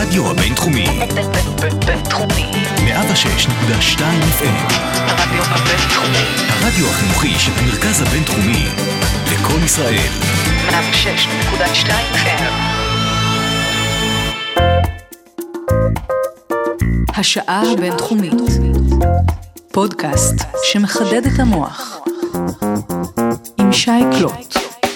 הרדיו הבינתחומי. בינתחומי. 106.2 FM. הרדיו הבינתחומי. הרדיו החינוכי של המרכז הבינתחומי. לכל ישראל. 106.2 FM. השעה הבינתחומית. פודקאסט שמחדד את המוח. עם שי קלוט.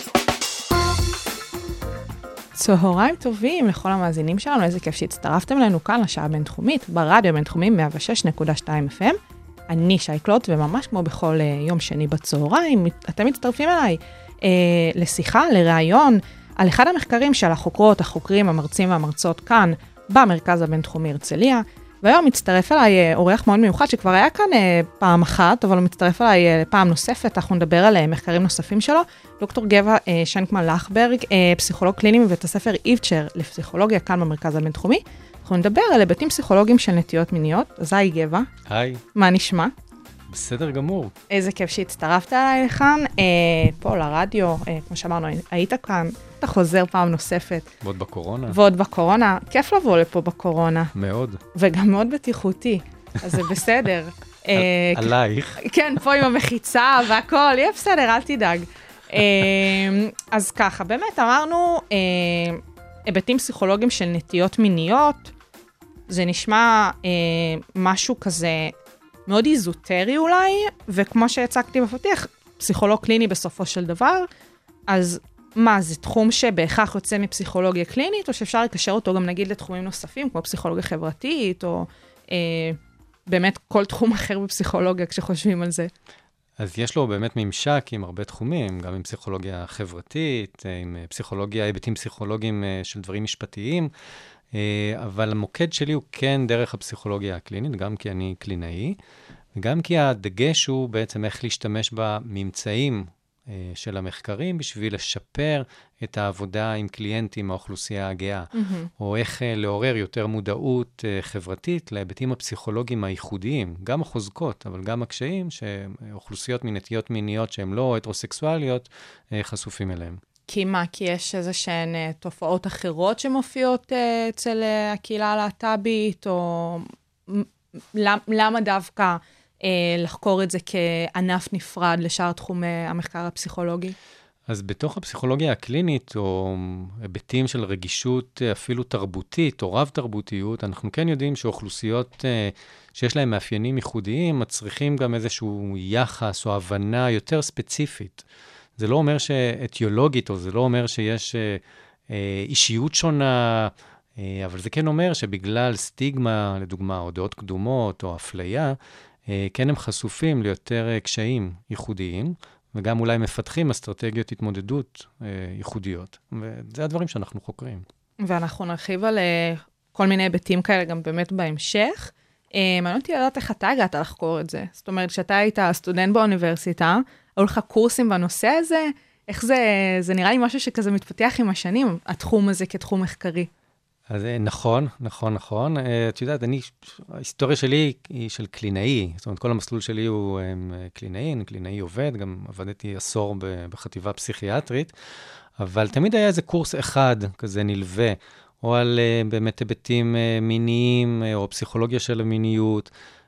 צהריים טובים לכל המאזינים שלנו, איזה כיף שהצטרפתם אלינו כאן לשעה הבינתחומית, ברדיו הבינתחומי 106.2 FM. אני שי קלוט, וממש כמו בכל יום שני בצהריים, אתם מצטרפים אליי לשיחה, לראיון, על אחד המחקרים של החוקרות, החוקרים, המרצים והמרצות כאן, במרכז הבינתחומי הרצליה, והיום מצטרף אליי אורח מאוד מיוחד, שכבר היה כאן פעם אחת, אבל הוא מצטרף אליי פעם נוספת, אנחנו נדבר על מחקרים נוספים שלו, דוקטור גבע שנקמן לחברג, פסיכולוג קליני מבית הספר איבצ'ר לפסיכולוגיה, כאן במרכז הבינתחומי. אנחנו נדבר על היבטים פסיכולוגיים של נטיות מיניות. אז היי גבע. היי. מה נשמע? בסדר גמור. איזה כיף שהצטרפת אליי לכאן, פה לרדיו, כמו שאמרנו, היית כאן, אתה חוזר פעם נוספת. ועוד בקורונה. כיף לבוא לפה בקורונה. מאוד. וגם מאוד בטיחותי, אז זה בסדר. עלייך. כן, פה עם המחיצה והכל, יהיה בסדר, אל תדאג. אז ככה, באמת אמרנו, היבטים פסיכולוגיים של נטיות מיניות, זה נשמע משהו כזה מאוד איזוטרי אולי, וכמו שהצגתי בפתיח, פסיכולוג קליני בסופו של דבר, אז מה, זה תחום שבהכרח יוצא מפסיכולוגיה קלינית, או שאפשר לקשר אותו גם נגיד לתחומים נוספים, כמו פסיכולוגיה חברתית, או באמת כל תחום אחר בפסיכולוגיה כשחושבים על זה? אז יש לו באמת ממשק עם הרבה תחומים, גם עם פסיכולוגיה חברתית, עם פסיכולוגיה, היבטים פסיכולוגיים של דברים משפטיים, אבל המוקד שלי הוא כן דרך הפסיכולוגיה הקלינית, גם כי אני קלינאי, וגם כי הדגש הוא בעצם איך להשתמש בממצאים של המחקרים בשביל לשפר את העבודה עם קליינטים מהאוכלוסייה הגאה, או איך לעורר יותר מודעות חברתית להיבטים הפסיכולוגיים הייחודיים, גם החוזקות, אבל גם הקשיים שאוכלוסיות מנטיות מיניות שהן לא הטרוסקסואליות חשופים אליהם. כי מה? כי יש איזה שהן תופעות אחרות שמופיעות אצל הקהילה הלהט"בית, או למה דווקא לחקור את זה כענף נפרד לשאר תחומי המחקר הפסיכולוגי? אז בתוך הפסיכולוגיה הקלינית, או היבטים של רגישות אפילו תרבותית, או רב-תרבותיות, אנחנו כן יודעים שאוכלוסיות שיש להן מאפיינים ייחודיים, מצריכים גם איזשהו יחס או הבנה יותר ספציפית. זה לא אומר שאתיולוגית, או זה לא אומר שיש אישיות שונה, אבל זה כן אומר שבגלל סטיגמה, לדוגמה, או דעות קדומות, או אפליה, כן הם חשופים ליותר קשיים ייחודיים, וגם אולי מפתחים אסטרטגיות התמודדות ייחודיות. וזה הדברים שאנחנו חוקרים. ואנחנו נרחיב על כל מיני היבטים כאלה גם באמת בהמשך. מעניין אותי לדעת איך אתה הגעת לחקור את זה. זאת אומרת, שאתה היית סטודנט באוניברסיטה, היו לך קורסים בנושא הזה, איך זה נראה לי משהו שכזה מתפתח עם השנים, התחום הזה כתחום מחקרי. אז נכון. את יודעת, ההיסטוריה שלי היא של קלינאי, זאת אומרת, כל המסלול שלי הוא קלינאי עובד, גם עבדתי עשור בחטיבה פסיכיאטרית, אבל תמיד היה איזה קורס אחד כזה נלווה, או על באמת היבטים מיניים, או פסיכולוגיה של המיניות,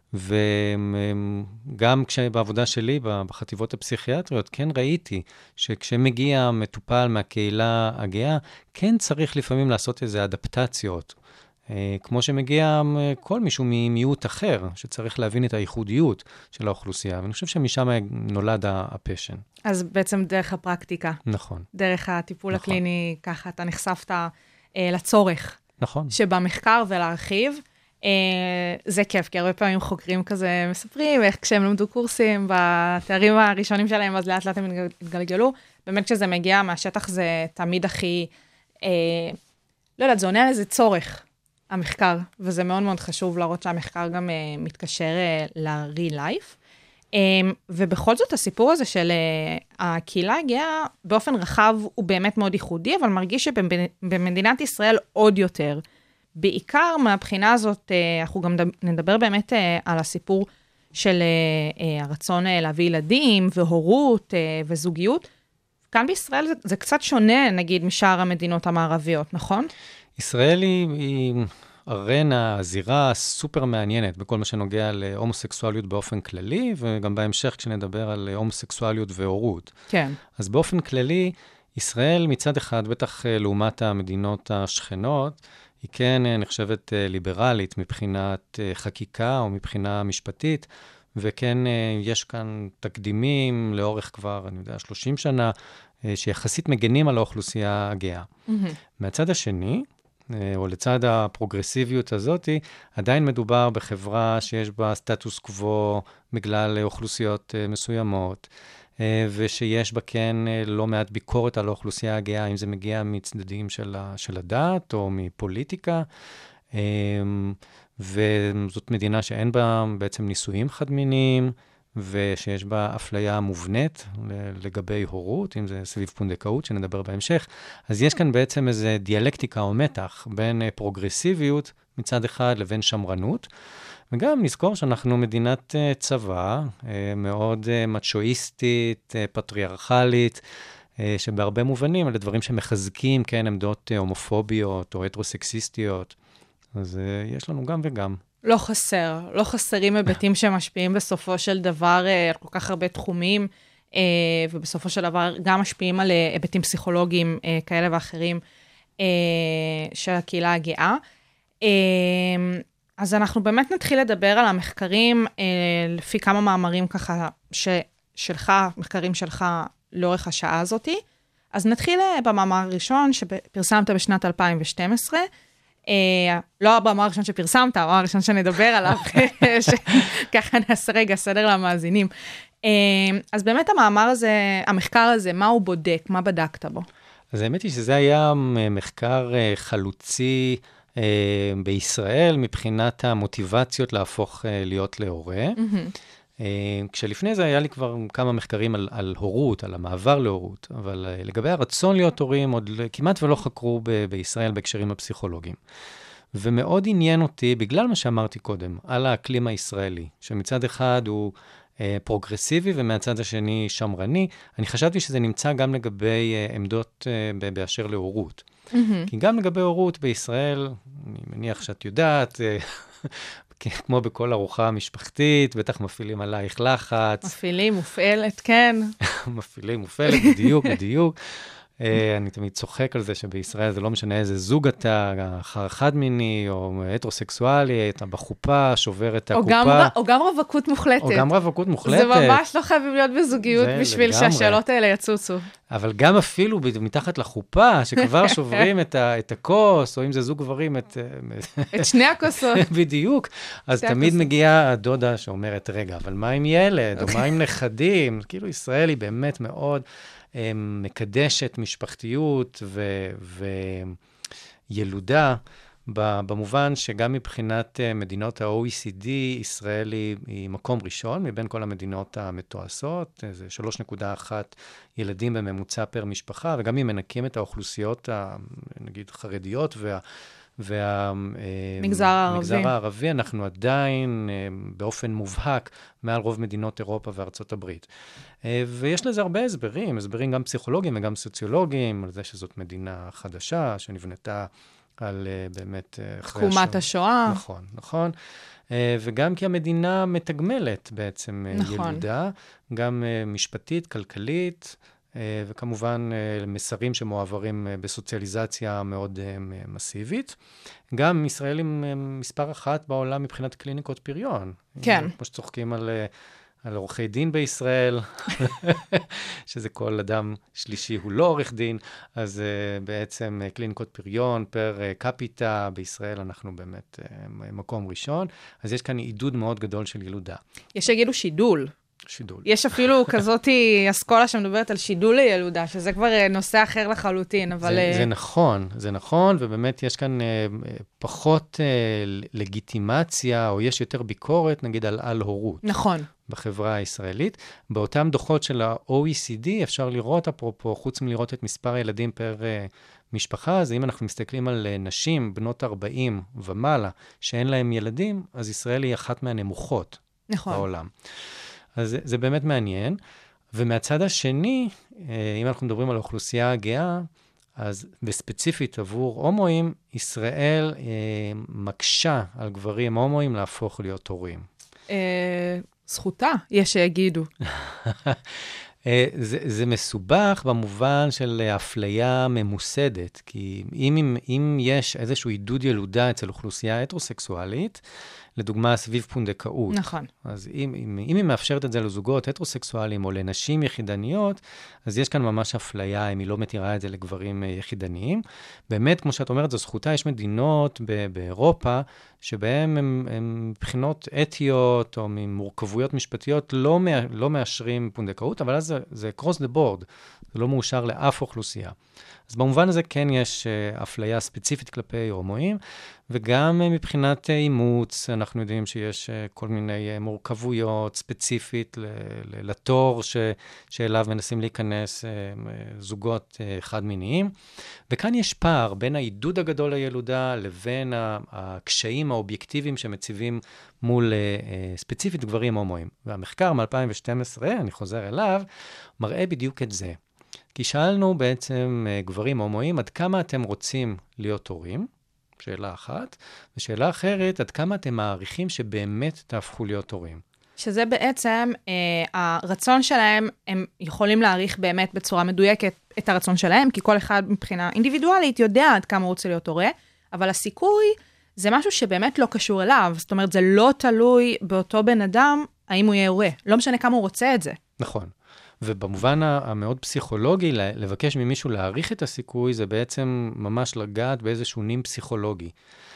וגם בעבודה שלי בחטיבות הפסיכיאטריות, כן ראיתי שכשמגיע מטופל מהקהילה הגאה, כן צריך לפעמים לעשות איזה אדפטציות, כמו שמגיע כל מישהו ממיעוט אחר, שצריך להבין את הייחודיות של האוכלוסייה, ואני חושב שמשם נולד הפשן. אז בעצם דרך הפרקטיקה. נכון. דרך הטיפול הקליני, ככה אתה נחשפת לצורך. נכון. שבמחקר ולהרחיב, זה כיף, כי הרבה פעמים חוקרים כזה מספרים, איך כשהם למדו קורסים בתארים הראשונים שלהם, אז לאט לאט הם התגלגלו. באמת כשזה מגיע מהשטח זה תמיד הכי, לא יודעת, זה עונה על איזה צורך, המחקר, וזה מאוד מאוד חשוב להראות שהמחקר גם מתקשר ל-real life. ובכל זאת הסיפור הזה של הקהילה הגאה באופן רחב הוא באמת מאוד ייחודי, אבל מרגיש שבמדינת ישראל עוד יותר. בעיקר מהבחינה הזאת, אנחנו גם נדבר באמת על הסיפור של הרצון להביא ילדים והורות וזוגיות. כאן בישראל זה קצת שונה, נגיד, משאר המדינות המערביות, נכון? ישראל היא ארנה, זירה סופר מעניינת בכל מה שנוגע להומוסקסואליות באופן כללי, וגם בהמשך כשנדבר על הומוסקסואליות והורות. כן. אז באופן כללי, ישראל מצד אחד, בטח לעומת המדינות השכנות, היא כן נחשבת ליברלית מבחינת חקיקה או מבחינה משפטית, וכן יש כאן תקדימים לאורך כבר, אני יודע, 30 שנה, שיחסית מגנים על האוכלוסייה הגאה. מהצד השני, או לצד הפרוגרסיביות הזאת, עדיין מדובר בחברה שיש בה סטטוס קוו בגלל אוכלוסיות מסוימות, ושיש בה כן לא מעט ביקורת על האוכלוסייה הגאה, אם זה מגיע מצדדים של הדת או מפוליטיקה, וזאת מדינה שאין בה בעצם נישואים חד-מיניים, ושיש בה אפליה מובנית לגבי הורות, אם זה סביב פונדקאות, שנדבר בהמשך. אז יש כאן בעצם איזו דיאלקטיקה או מתח בין פרוגרסיביות מצד אחד לבין שמרנות, וגם נזכור שאנחנו מדינת צבא, מאוד מצ'ואיסטית, פטריארכלית, שבהרבה מובנים, אלה דברים שמחזקים, כן, עמדות הומופוביות או הטרוסקסיסטיות. אז יש לנו גם וגם. לא חסרים היבטים שמשפיעים בסופו של דבר על כל כך הרבה תחומים, ובסופו של דבר גם משפיעים על היבטים פסיכולוגיים כאלה ואחרים של הקהילה הגאה. אז אנחנו באמת נתחיל לדבר על המחקרים, לפי כמה מאמרים ככה מחקרים שלך לאורך השעה הזאת. אז נתחיל במאמר הראשון שפרסמת בשנת 2012, לא המאמר הראשון שפרסמת, המאמר הראשון שנדבר עליו, ככה נעשה רגע סדר למאזינים. אז באמת המחקר הזה, מה הוא בודק? מה בדקת בו? אז האמת היא שזה היה מחקר חלוצי בישראל, מבחינת המוטיבציות להפוך להיות להורה. כשלפני זה היה לי כבר כמה מחקרים על הורות, על המעבר להורות, אבל לגבי הרצון להיות הורים, עוד כמעט ולא חקרו בישראל בהקשרים הפסיכולוגיים. ומאוד עניין אותי, בגלל מה שאמרתי קודם, על האקלים הישראלי, שמצד אחד הוא פרוגרסיבי ומהצד השני שמרני, אני חשבתי שזה נמצא גם לגבי עמדות באשר להורות. כי גם לגבי הורות בישראל, אני מניח שאת יודעת, כמו בכל ארוחה משפחתית, בטח מפעילים עלייך לחץ. מפעילים, מופעלת, כן. מפעילים, מופעלת, בדיוק. אני תמיד צוחק על זה שבישראל זה לא משנה איזה זוג אתה, חד-מיני או הטרוסקסואלי, אתה בחופה, שובר את הקופה. או גם רווקות מוחלטת. או גם רווקות מוחלטת. זה ממש לא חייבים להיות בזוגיות בשביל שהשאלות האלה יצוצו. אבל גם אפילו מתחת לחופה, שכבר שוברים את הכוס, או אם זה זוג גברים, את שני הכוסות. בדיוק. אז תמיד מגיעה הדודה שאומרת, רגע, אבל מה עם ילד? או מה עם נכדים? כאילו ישראל היא באמת מאוד מקדשת משפחתיות וילודה, במובן שגם מבחינת מדינות ה-OECD, ישראל היא מקום ראשון, מבין כל המדינות המתועשות, זה 3.1 ילדים בממוצע פר משפחה, וגם אם מנקים את האוכלוסיות, נגיד, חרדיות מגזר הערבי, אנחנו עדיין באופן מובהק מעל רוב מדינות אירופה וארצות הברית. ויש לזה הרבה הסברים גם פסיכולוגיים וגם סוציולוגיים, על זה שזאת מדינה חדשה, שנבנתה על באמת תקומת השואה. נכון. וגם כי המדינה מתגמלת בעצם ילודה, גם משפטית, כלכלית, וכמובן מסרים שמועברים בסוציאליזציה מאוד מסיבית. גם ישראלים מספר אחת בעולם מבחינת קליניקות פריון. כן. כמו שצוחקים על עורכי דין בישראל, שזה כל אדם שלישי הוא לא עורך דין, אז בעצם קליניקות פריון פר קפיטה בישראל אנחנו באמת מקום ראשון, אז יש כאן עידוד מאוד גדול של ילודה. יש שיגידו שידול. יש אפילו כזאת אסכולה שמדברת על שידול לילודה, שזה כבר נושא אחר לחלוטין, אבל... זה נכון, ובאמת יש כאן פחות לגיטימציה, או יש יותר ביקורת, נגיד, על הורות. נכון. בחברה הישראלית. באותם דוחות של ה-OECD אפשר לראות, אפרופו, חוץ מלראות את מספר הילדים פר משפחה, אז אם אנחנו מסתכלים על נשים בנות 40 ומעלה, שאין להם ילדים, אז ישראל היא אחת מהנמוכות בעולם. אז זה באמת מעניין. ומהצד השני, אם אנחנו מדברים על האוכלוסייה הגאה, אז בספציפית עבור הומואים, ישראל מקשה על גברים הומואים להפוך להיות הורים. זכותה, יש שיגידו. זה מסובך במובן של אפליה ממוסדת, כי אם יש איזשהו עידוד ילודה אצל אוכלוסייה הטרוסקסואלית, לדוגמה סביב פונדקאות. נכון. אז אם היא מאפשרת את זה לזוגות הטרוסקסואליים או לנשים יחידניות, אז יש כאן ממש אפליה אם היא לא מתירה את זה לגברים יחידניים. באמת, כמו שאת אומרת, זו זכותה, יש מדינות באירופה, שבהן הם מבחינות אתיות או ממורכבויות משפטיות לא מאשרים פונדקאות, אבל אז זה cross the board, זה לא מאושר לאף אוכלוסייה. אז במובן הזה כן יש אפליה ספציפית כלפי הומואים, וגם מבחינת אימוץ, אנחנו יודעים שיש כל מיני מורכבויות ספציפית לתור שאליו מנסים להיכנס זוגות חד-מיניים. וכאן יש פער בין העידוד הגדול לילודה לבין הקשיים האובייקטיביים שמציבים מול ספציפית גברים הומואים. והמחקר מ-2012, אני חוזר אליו, מראה בדיוק את זה. כי שאלנו בעצם גברים הומואים, עד כמה אתם רוצים להיות הורים? שאלה אחת. ושאלה אחרת, עד כמה אתם מעריכים שבאמת תהפכו להיות הורים? שזה בעצם הרצון שלהם, הם יכולים להעריך באמת בצורה מדויקת את הרצון שלהם, כי כל אחד מבחינה אינדיבידואלית יודע עד כמה הוא רוצה להיות הורה, אבל הסיכוי זה משהו שבאמת לא קשור אליו. זאת אומרת, זה לא תלוי באותו בן אדם, האם הוא יהיה הורה. לא משנה כמה הוא רוצה את זה. נכון. ובמובן המאוד פסיכולוגי, לבקש ממישהו להעריך את הסיכוי, זה בעצם ממש לגעת באיזשהו נים פסיכולוגי.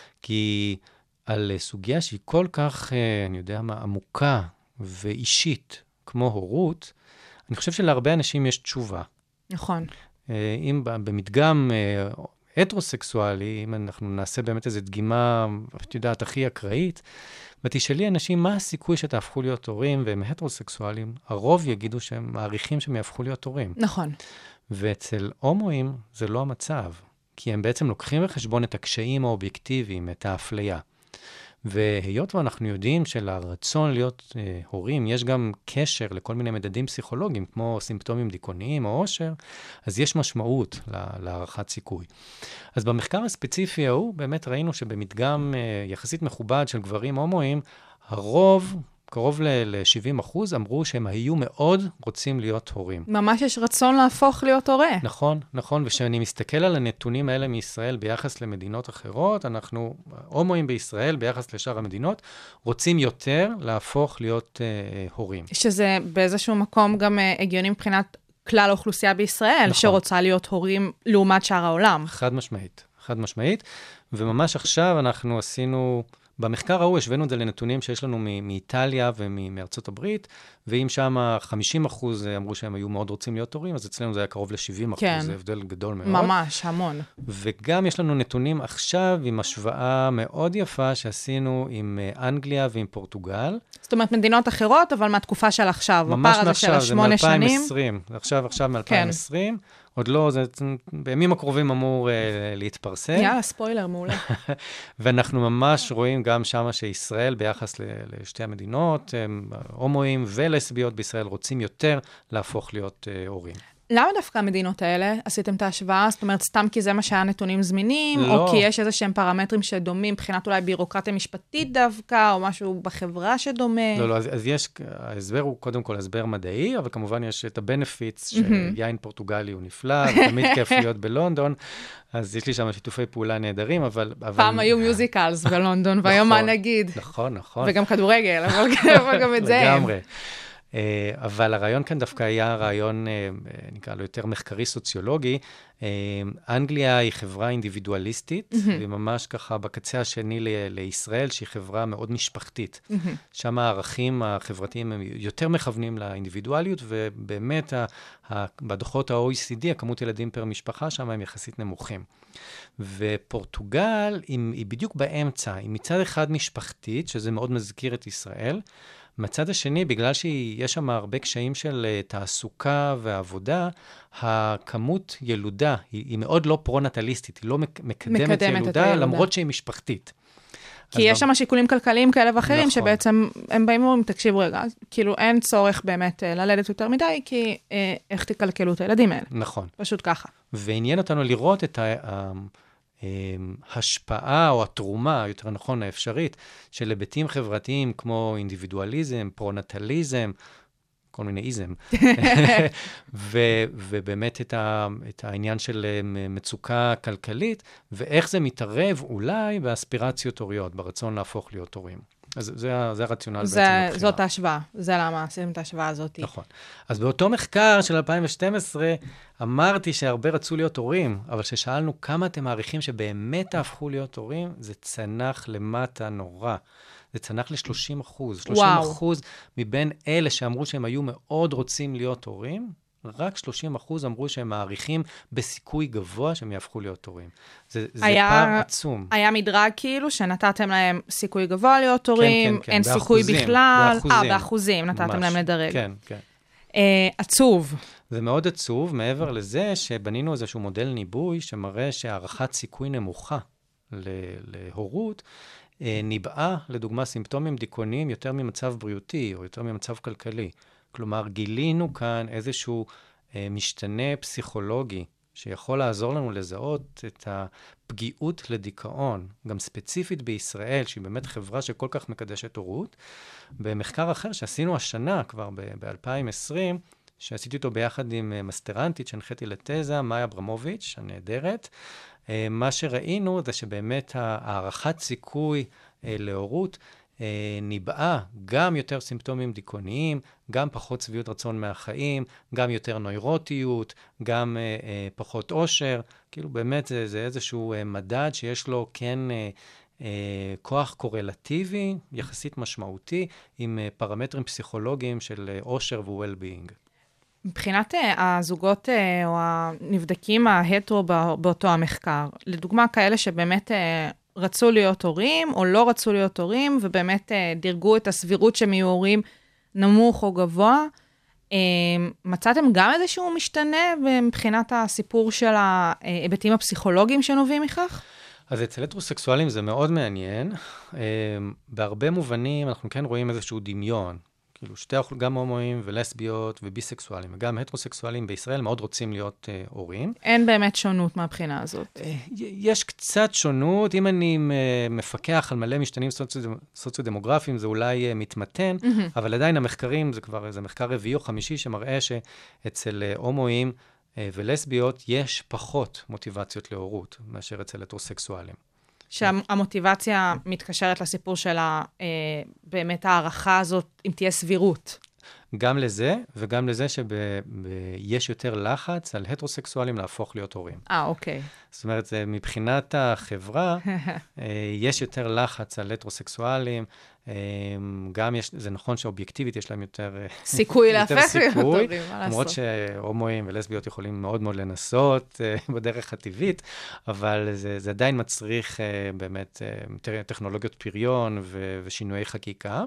כי על סוגיה שהיא כל כך, אני יודע מה, עמוקה ואישית, כמו הורות, אני חושב שלהרבה אנשים יש תשובה. נכון. אם במדגם הטרוסקסואלי, אם אנחנו נעשה באמת איזו דגימה, את יודעת, הכי אקראית, ותשאלי אנשים מה הסיכוי שתהפכו להיות הורים, והם הטרוסקסואלים, הרוב יגידו שהם מעריכים שהם יהפכו להיות הורים. נכון. ואצל הומואים זה לא המצב, כי הם בעצם לוקחים בחשבון את הקשיים האובייקטיביים, את האפליה. והיות ואנחנו יודעים שלרצון להיות הורים, יש גם קשר לכל מיני מדדים פסיכולוגיים, כמו סימפטומים דיכאוניים או עושר, אז יש משמעות להערכת סיכוי. אז במחקר הספציפי ההוא, באמת ראינו שבמדגם יחסית מכובד של גברים הומואים, הרוב, קרוב ל-70%, אמרו שהם היו מאוד רוצים להיות הורים. ממש יש רצון להפוך להיות הורה. נכון, נכון, וכשאני מסתכל על הנתונים האלה מישראל ביחס למדינות אחרות, אנחנו, הומואים בישראל ביחס לשאר המדינות, רוצים יותר להפוך להיות הורים. שזה באיזשהו מקום גם הגיוני מבחינת כלל האוכלוסייה בישראל, נכון. שרוצה להיות הורים לעומת שאר העולם. חד משמעית, חד משמעית, וממש עכשיו אנחנו עשינו... במחקר ההוא השווינו את זה לנתונים שיש לנו מאיטליה ומארצות הברית, ואם שם 50% אמרו שהם היו מאוד רוצים להיות הורים, אז אצלנו זה היה קרוב ל-70%, כן. זה הבדל גדול מאוד. ממש, המון. וגם יש לנו נתונים עכשיו עם השוואה מאוד יפה שעשינו עם אנגליה ועם פורטוגל. זאת אומרת, מדינות אחרות, אבל מהתקופה של עכשיו. ממש מעכשיו, זה מ-2020. עכשיו מ-2020. כן. עוד לא, זה בימים הקרובים אמור להתפרסם. יאללה, ספוילר, מעולה. ואנחנו ממש רואים גם שמה שישראל, ביחס לשתי המדינות, הומואים ולסביות בישראל רוצים יותר להפוך להיות הורים. למה דווקא המדינות האלה עשיתם את ההשוואה? זאת אומרת, סתם כי זה מה שהיה נתונים זמינים, לא. או כי יש איזה שהם פרמטרים שדומים, מבחינת אולי בירוקרטיה משפטית דווקא, או משהו בחברה שדומה? לא, אז יש, ההסבר הוא קודם כל הסבר מדעי, אבל כמובן יש את הבנפיץ, שיין פורטוגלי הוא נפלא, ותמיד כיף להיות בלונדון, אז יש לי שם שיתופי פעולה נהדרים, אבל... פעם היו מיוזיקלס בלונדון, והיום מה נגיד? נכון. וגם כדורגל, אבל גם את זה. לגמרי. אבל הרעיון כאן דווקא היה רעיון, נקרא לו יותר מחקרי סוציולוגי. אנגליה היא חברה אינדיבידואליסטית, וממש ככה בקצה השני לישראל, שהיא חברה מאוד משפחתית. שם הערכים החברתיים הם יותר מכוונים לאינדיבידואליות, ובאמת בדוחות ה-OECD, הכמות ילדים פר משפחה, שם הם יחסית נמוכים. ופורטוגל היא בדיוק באמצע, היא מצד אחד משפחתית, שזה מאוד מזכיר את ישראל, מצד השני, בגלל שיש שם הרבה קשיים של תעסוקה ועבודה, הכמות ילודה היא מאוד לא פרו-נטליסטית, היא לא מקדמת ילודה, למרות שהיא משפחתית. כי יש שם שיקולים כלכליים כאלה ואחרים, נכון. שבעצם הם באים ואומרים, תקשיבו רגע, כאילו אין צורך באמת ללדת יותר מדי, כי איך תקלקלו את הילדים האלה. נכון. פשוט ככה. ועניין אותנו לראות את ההשפעה או התרומה, יותר נכון, האפשרית, של היבטים חברתיים כמו אינדיבידואליזם, פרונטליזם, כל מיני איזם, ובאמת את העניין של מצוקה כלכלית, ואיך זה מתערב אולי באספירציות הוריות, ברצון להפוך להיות הורים. אז זה הרציונל בעצם מבחינה. זאת ההשוואה, זה למה עשיתם את ההשוואה הזאת. נכון. אז באותו מחקר של 2012, אמרתי שהרבה רצו להיות הורים, אבל כששאלנו כמה אתם מעריכים שבאמת תהפכו להיות הורים, זה צנח למטה נורא. זה צנח ל-30%. 30% מבין אלה שאמרו שהם היו מאוד רוצים להיות הורים, רק 30% אמרו שהם מעריכים בסיכוי גבוה שהם יהפכו להיות הורים. זה פער עצום. היה מדרג כאילו שנתתם להם סיכוי גבוה להיות הורים, כן, אין סיכוי בכלל. באחוזים נתתם להם לדרג. כן, כן. עצוב. זה מאוד עצוב, מעבר לזה שבנינו איזשהו מודל ניבוי שמראה שהערכת סיכוי נמוכה להורות, ניבאה, לדוגמה, סימפטומים דיכאוניים יותר ממצב בריאותי או יותר ממצב כלכלי. כלומר, גילינו כאן איזשהו משתנה פסיכולוגי שיכול לעזור לנו לזהות את הפגיעות לדיכאון, גם ספציפית בישראל, שהיא באמת חברה שכל כך מקדשת הורות. במחקר אחר שעשינו השנה, כבר ב-2020, שעשיתי אותו ביחד עם מסטרנטית, שהנחיתי לתזה, מאיה אברמוביץ', הנהדרת, מה שראינו זה שבאמת הערכת סיכוי להורות ניבאה גם יותר סימפטומים דיכאוניים, גם פחות שביעות רצון מהחיים, גם יותר נוירוטיות, גם פחות עושר. כאילו באמת זה איזשהו מדד שיש לו כן כוח קורלטיבי, יחסית משמעותי, עם פרמטרים פסיכולוגיים של עושר ו-well-being. מבחינת הזוגות או הנבדקים ההטרו באותו המחקר, לדוגמה כאלה שבאמת רצו להיות הורים או לא רצו להיות הורים, ובאמת דירגו את הסבירות שהם יהיו הורים נמוך או גבוה, מצאתם גם איזשהו משתנה מבחינת הסיפור של ההיבטים הפסיכולוגיים שנובעים מכך? אז אצל הטרוסקסואלים זה מאוד מעניין. בהרבה מובנים אנחנו כן רואים איזשהו דמיון. כאילו גם הומואים ולסביות וביסקסואלים, וגם הטרוסקסואלים בישראל מאוד רוצים להיות הורים. אין באמת שונות מהבחינה הזאת. יש קצת שונות. אם אני מפקח על מלא משתנים סוציו-דמוגרפיים, זה אולי מתמתן, אבל עדיין המחקרים, זה כבר איזה מחקר רביעי או חמישי, שמראה שאצל הומואים ולסביות יש פחות מוטיבציות להורות, מאשר אצל הטרוסקסואלים. שהמוטיבציה מתקשרת לסיפור של באמת הערכה הזאת, אם תהיה סבירות. גם לזה, וגם לזה שיש יותר לחץ על הטרוסקסואלים להפוך להיות הורים. אוקיי. זאת אומרת, מבחינת החברה, יש יותר לחץ על הטרוסקסואלים, גם זה נכון שאובייקטיבית יש להם יותר סיכוי להפך להיות הורים, מה לעשות? למרות שהומואים ולסביות יכולים מאוד מאוד לנסות בדרך הטבעית, אבל זה עדיין מצריך באמת טכנולוגיות פריון ושינויי חקיקה.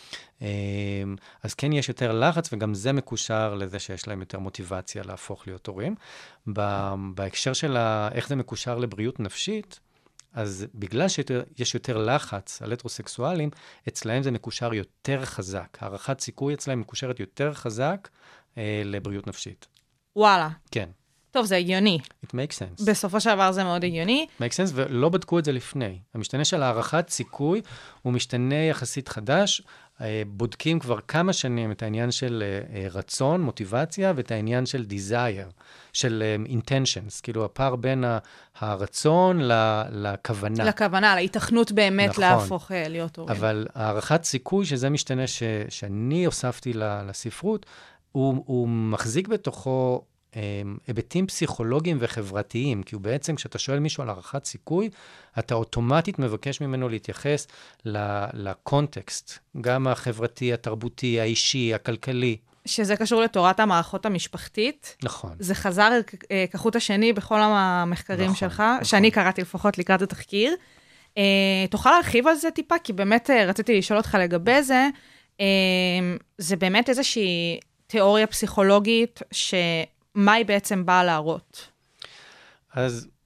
אז כן יש יותר לחץ, וגם זה מקושר לזה שיש להם יותר מוטיבציה להפוך להיות הורים. בהקשר של איך זה מקושר לבריאות נפשית, אז בגלל שיש יותר לחץ על הטרוסקסואלים, אצלהם זה מקושר יותר חזק. הערכת סיכוי אצלהם מקושרת יותר חזק לבריאות נפשית. וואלה. כן. טוב, זה הגיוני. It makes sense. בסופו של דבר זה מאוד הגיוני. Makes sense, ולא בדקו את זה לפני. המשתנה של הערכת סיכוי הוא משתנה יחסית חדש. בודקים כבר כמה שנים את העניין של רצון, מוטיבציה, ואת העניין של desire, של intentions, כאילו הפער בין הרצון לכוונה. לכוונה, להתכנות באמת נכון. להפוך להיות הורים. אבל הערכת סיכוי, שזה משתנה שאני הוספתי לספרות, הוא מחזיק בתוכו היבטים פסיכולוגיים וחברתיים, כי הוא בעצם, כשאתה שואל מישהו על הערכת סיכוי, אתה אוטומטית מבקש ממנו להתייחס לקונטקסט, גם החברתי, התרבותי, האישי, הכלכלי. שזה קשור לתורת המערכות המשפחתית. נכון. זה חזר כחוט השני בכל המחקרים נכון, שלך, נכון. שאני קראתי לפחות לקראת התחקיר. תוכל להרחיב על זה טיפה, כי באמת רציתי לשאול אותך לגבי זה. זה באמת איזושהי תיאוריה פסיכולוגית מה היא בעצם באה להראות? אז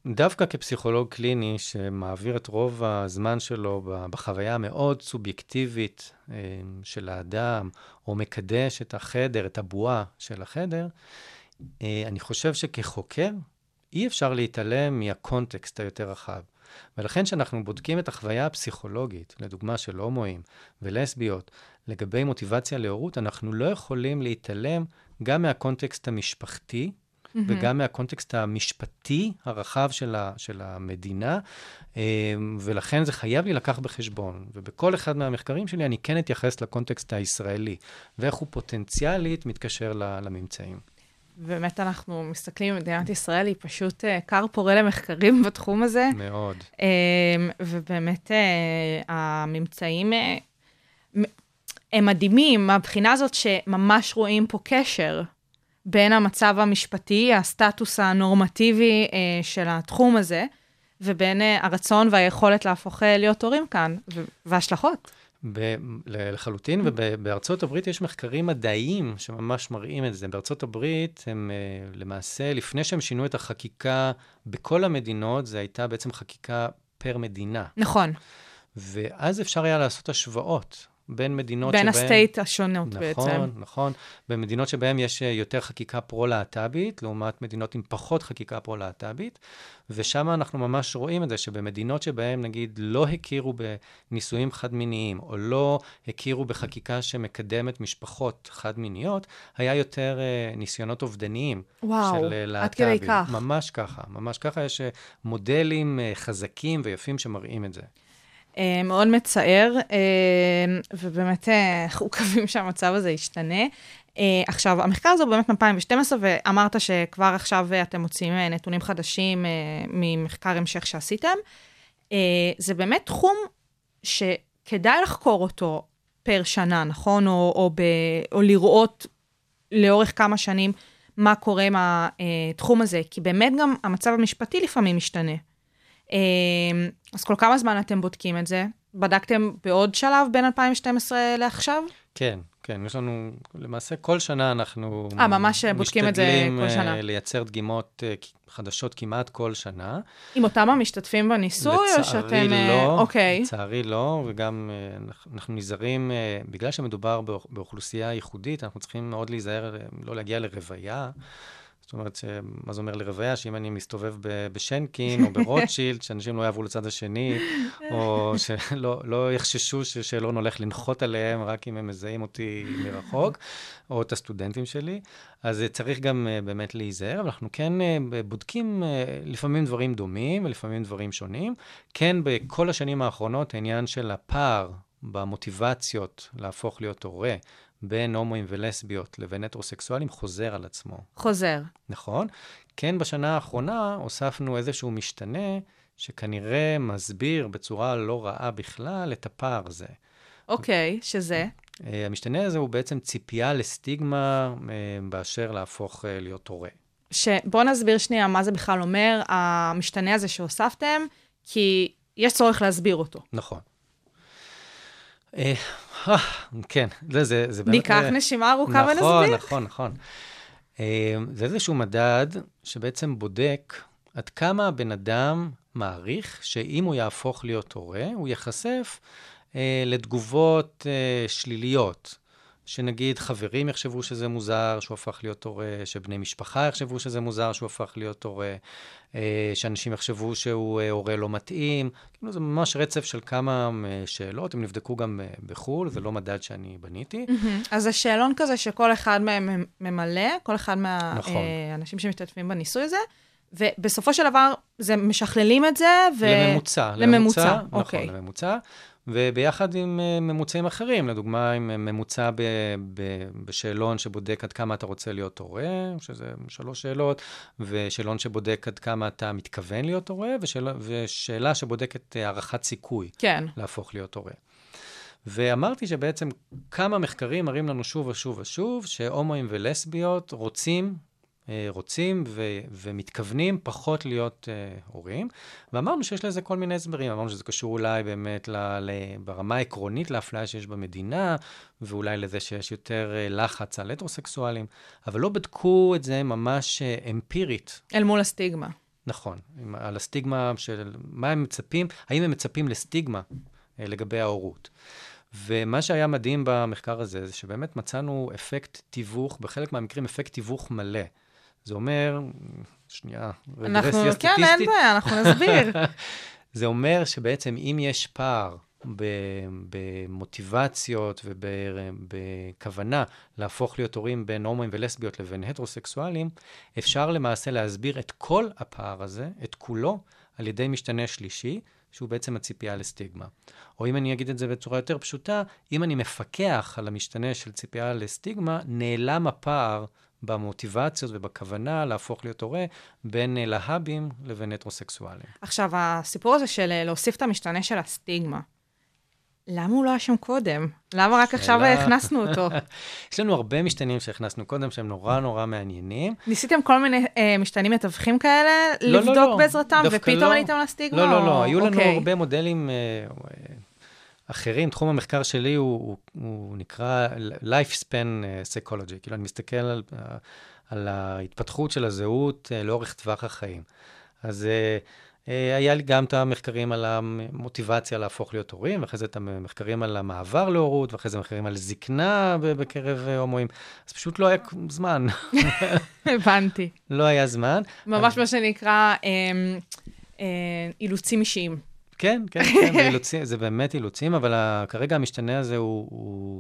דווקא כפסיכולוג קליני שמעביר את רוב הזמן שלו בחוויה המאוד סובייקטיבית של האדם, או מקדש את החדר, את הבועה של החדר, אני חושב שכחוקר אי אפשר להתעלם מהקונטקסט היותר רחב. ולכן שאנחנו בודקים את החוויה הפסיכולוגית, לדוגמה של הומואים ולסביות, לגבי מוטיבציה להורות, אנחנו לא יכולים להתעלם גם מהקונטקסט המשפחתי, וגם מהקונטקסט המשפטי הרחב של המדינה, ולכן זה חייב לי לקח בחשבון. ובכל אחד מהמחקרים שלי אני כן אתייחס לקונטקסט הישראלי, ואיך הוא פוטנציאלית מתקשר לממצאים. באמת אנחנו מסתכלים, מדינת ישראל היא פשוט קר פורה למחקרים בתחום הזה. מאוד. ובאמת הממצאים הם מדהימים, מהבחינה הזאת שממש רואים פה קשר בין המצב המשפטי, הסטטוס הנורמטיבי של התחום הזה, ובין הרצון והיכולת להפוך להיות הורים כאן, וההשלכות. לחלוטין, ובארצות הברית יש מחקרים מדעיים שממש מראים את זה. בארצות הברית הם למעשה, לפני שהם שינו את החקיקה בכל המדינות, זה הייתה בעצם חקיקה פר מדינה. נכון. ואז אפשר היה לעשות השוואות. בין מדינות שבהן... בין הסטייט השונות נכון, בעצם. נכון, נכון. במדינות שבהן יש יותר חקיקה פרו-להט"בית, לעומת מדינות עם פחות חקיקה פרו-להט"בית, ושם אנחנו ממש רואים את זה, שבמדינות שבהן, נגיד, לא הכירו בנישואים חד-מיניים, או לא הכירו בחקיקה שמקדמת משפחות חד-מיניות, היה יותר ניסיונות אובדניים של להט"בים. עד כדי כך. ממש ככה, ממש ככה. יש מודלים חזקים ויפים שמראים את זה. מאוד מצער, ובאמת אנחנו מקווים שהמצב הזה ישתנה. עכשיו, המחקר הזה הוא באמת מ-2012, ואמרת שכבר עכשיו אתם מוצאים נתונים חדשים ממחקר המשך שעשיתם. זה באמת תחום שכדאי לחקור אותו פר שנה, נכון? או לראות לאורך כמה שנים מה קורה עם התחום הזה, כי באמת גם המצב המשפטי לפעמים משתנה. אז כל כמה זמן אתם בודקים את זה? בדקתם בעוד שלב בין 2012 לעכשיו? כן, כן. יש לנו, למעשה, כל שנה אנחנו ממש בודקים את זה כל שנה. משתדלים לייצר דגימות חדשות כמעט כל שנה. עם אותם המשתתפים בניסוי? לצערי לא. אוקיי. לצערי לא, וגם אנחנו נזהרים, בגלל שמדובר באוכלוסייה ייחודית, אנחנו צריכים מאוד להיזהר, לא להגיע לרוויה. זאת אומרת, מה זה אומר לרוויה? שאם אני מסתובב בשנקין או ברוטשילד, שאנשים לא יעברו לצד השני, או שלא יחששו ששאלון הולך לנחות עליהם, רק אם הם מזהים אותי מרחוק, או את הסטודנטים שלי. אז צריך גם באמת להיזהר, אבל אנחנו כן בודקים לפעמים דברים דומים, ולפעמים דברים שונים. כן, בכל השנים האחרונות, העניין של הפער במוטיבציות להפוך להיות הורה, בין הומואים ולסביות לבין הטרוסקסואלים חוזר על עצמו. חוזר. נכון. כן, בשנה האחרונה הוספנו איזשהו משתנה שכנראה מסביר בצורה לא רעה בכלל את הפער הזה. אוקיי, שזה? המשתנה הזה הוא בעצם ציפייה לסטיגמה באשר להפוך להיות הורה. בוא נסביר שנייה מה זה בכלל אומר, המשתנה הזה שהוספתם, כי יש צורך להסביר אותו. נכון. כן, זה באמת... ניקח נשימה ארוכה ונסביר. נכון. זה איזשהו מדד שבעצם בודק עד כמה הבן אדם מעריך שאם הוא יהפוך להיות הורה, הוא יחשף לתגובות שליליות. שנגיד חברים יחשבו שזה מוזר שהוא הפך להיות הורה, שבני משפחה יחשבו שזה מוזר שהוא הפך להיות הורה, שאנשים יחשבו שהוא הורה לא מתאים. כאילו זה ממש רצף של כמה שאלות, הם נבדקו גם בחול, זה לא מדד שאני בניתי. אז זה שאלון כזה שכל אחד מהם ממלא, כל אחד מהאנשים שמשתתפים בניסוי הזה, ובסופו של דבר זה משכללים את זה, לממוצע, אוקיי. נכון, לממוצע. וביחד עם ממוצעים אחרים, לדוגמה עם ממוצע בשאלון שבודק עד כמה אתה רוצה להיות הורה, שזה 3 שאלות, ושאלון שבודק עד כמה אתה מתכוון להיות הורה, ושאלה שבודקת הערכת סיכוי להפוך להיות הורה. ואמרתי שבעצם כמה מחקרים מראים לנו שוב ושוב ושוב, שהומואים ולסביות רוצים ומתכוונים פחות להיות הורים, ואמרנו שיש לזה כל מיני הסברים, אמרנו שזה קשור אולי באמת ברמה העקרונית לאפליה שיש במדינה, ואולי לזה שיש יותר לחץ על הטרוסקסואלים, אבל לא בדקו את זה ממש אמפירית. אל מול הסטיגמה. נכון, על הסטיגמה של מה הם מצפים, האם הם מצפים לסטיגמה לגבי ההורות. ומה שהיה מדהים במחקר הזה, זה שבאמת מצאנו אפקט תיווך, בחלק מהמקרים אפקט תיווך מלא. זה אומר, שנייה, רגרסיה סטטיסטית. כן, אין בעיה, אנחנו נסביר. זה אומר שבעצם אם יש פער במוטיבציות ובכוונה להפוך להיות הורים בין הומואים ולסביות לבין הטרוסקסואלים, אפשר למעשה להסביר את כל הפער הזה, את כולו, על ידי משתנה שלישי, שהוא בעצם הציפייה לסטיגמה. או אם אני אגיד את זה בצורה יותר פשוטה, אם אני מפקח על המשתנה של ציפייה לסטיגמה, נעלם הפער במוטיבציות ובכוונה להפוך להיות הורה בין להבים לבין הטרוסקסואלים. עכשיו, הסיפור הזה של להוסיף את המשתנה של הסטיגמה, למה הוא לא היה שם קודם? למה רק עכשיו הכנסנו אותו? יש לנו הרבה משתנים שהכנסנו קודם, שהם נורא נורא מעניינים. ניסיתם כל מיני משתנים מתווכים כאלה, לבדוק בעזרתם, ופתאום עליתם לסטיגמה? לא, היו לנו הרבה מודלים אחרים. תחום המחקר שלי הוא נקרא Lifespan Psychology, כאילו אני מסתכל על ההתפתחות של הזהות לאורך טווח החיים. אז היה לי גם את המחקרים על המוטיבציה להפוך להיות הורים, ואחרי זה את המחקרים על המעבר להורות, ואחרי זה מחקרים על זקנה בקרב הומואים. אז פשוט לא היה זמן. הבנתי. לא היה זמן. ממש מה שנקרא אילוצים אישיים. כן, זה באמת אילוצים, אבל כרגע המשתנה הזה הוא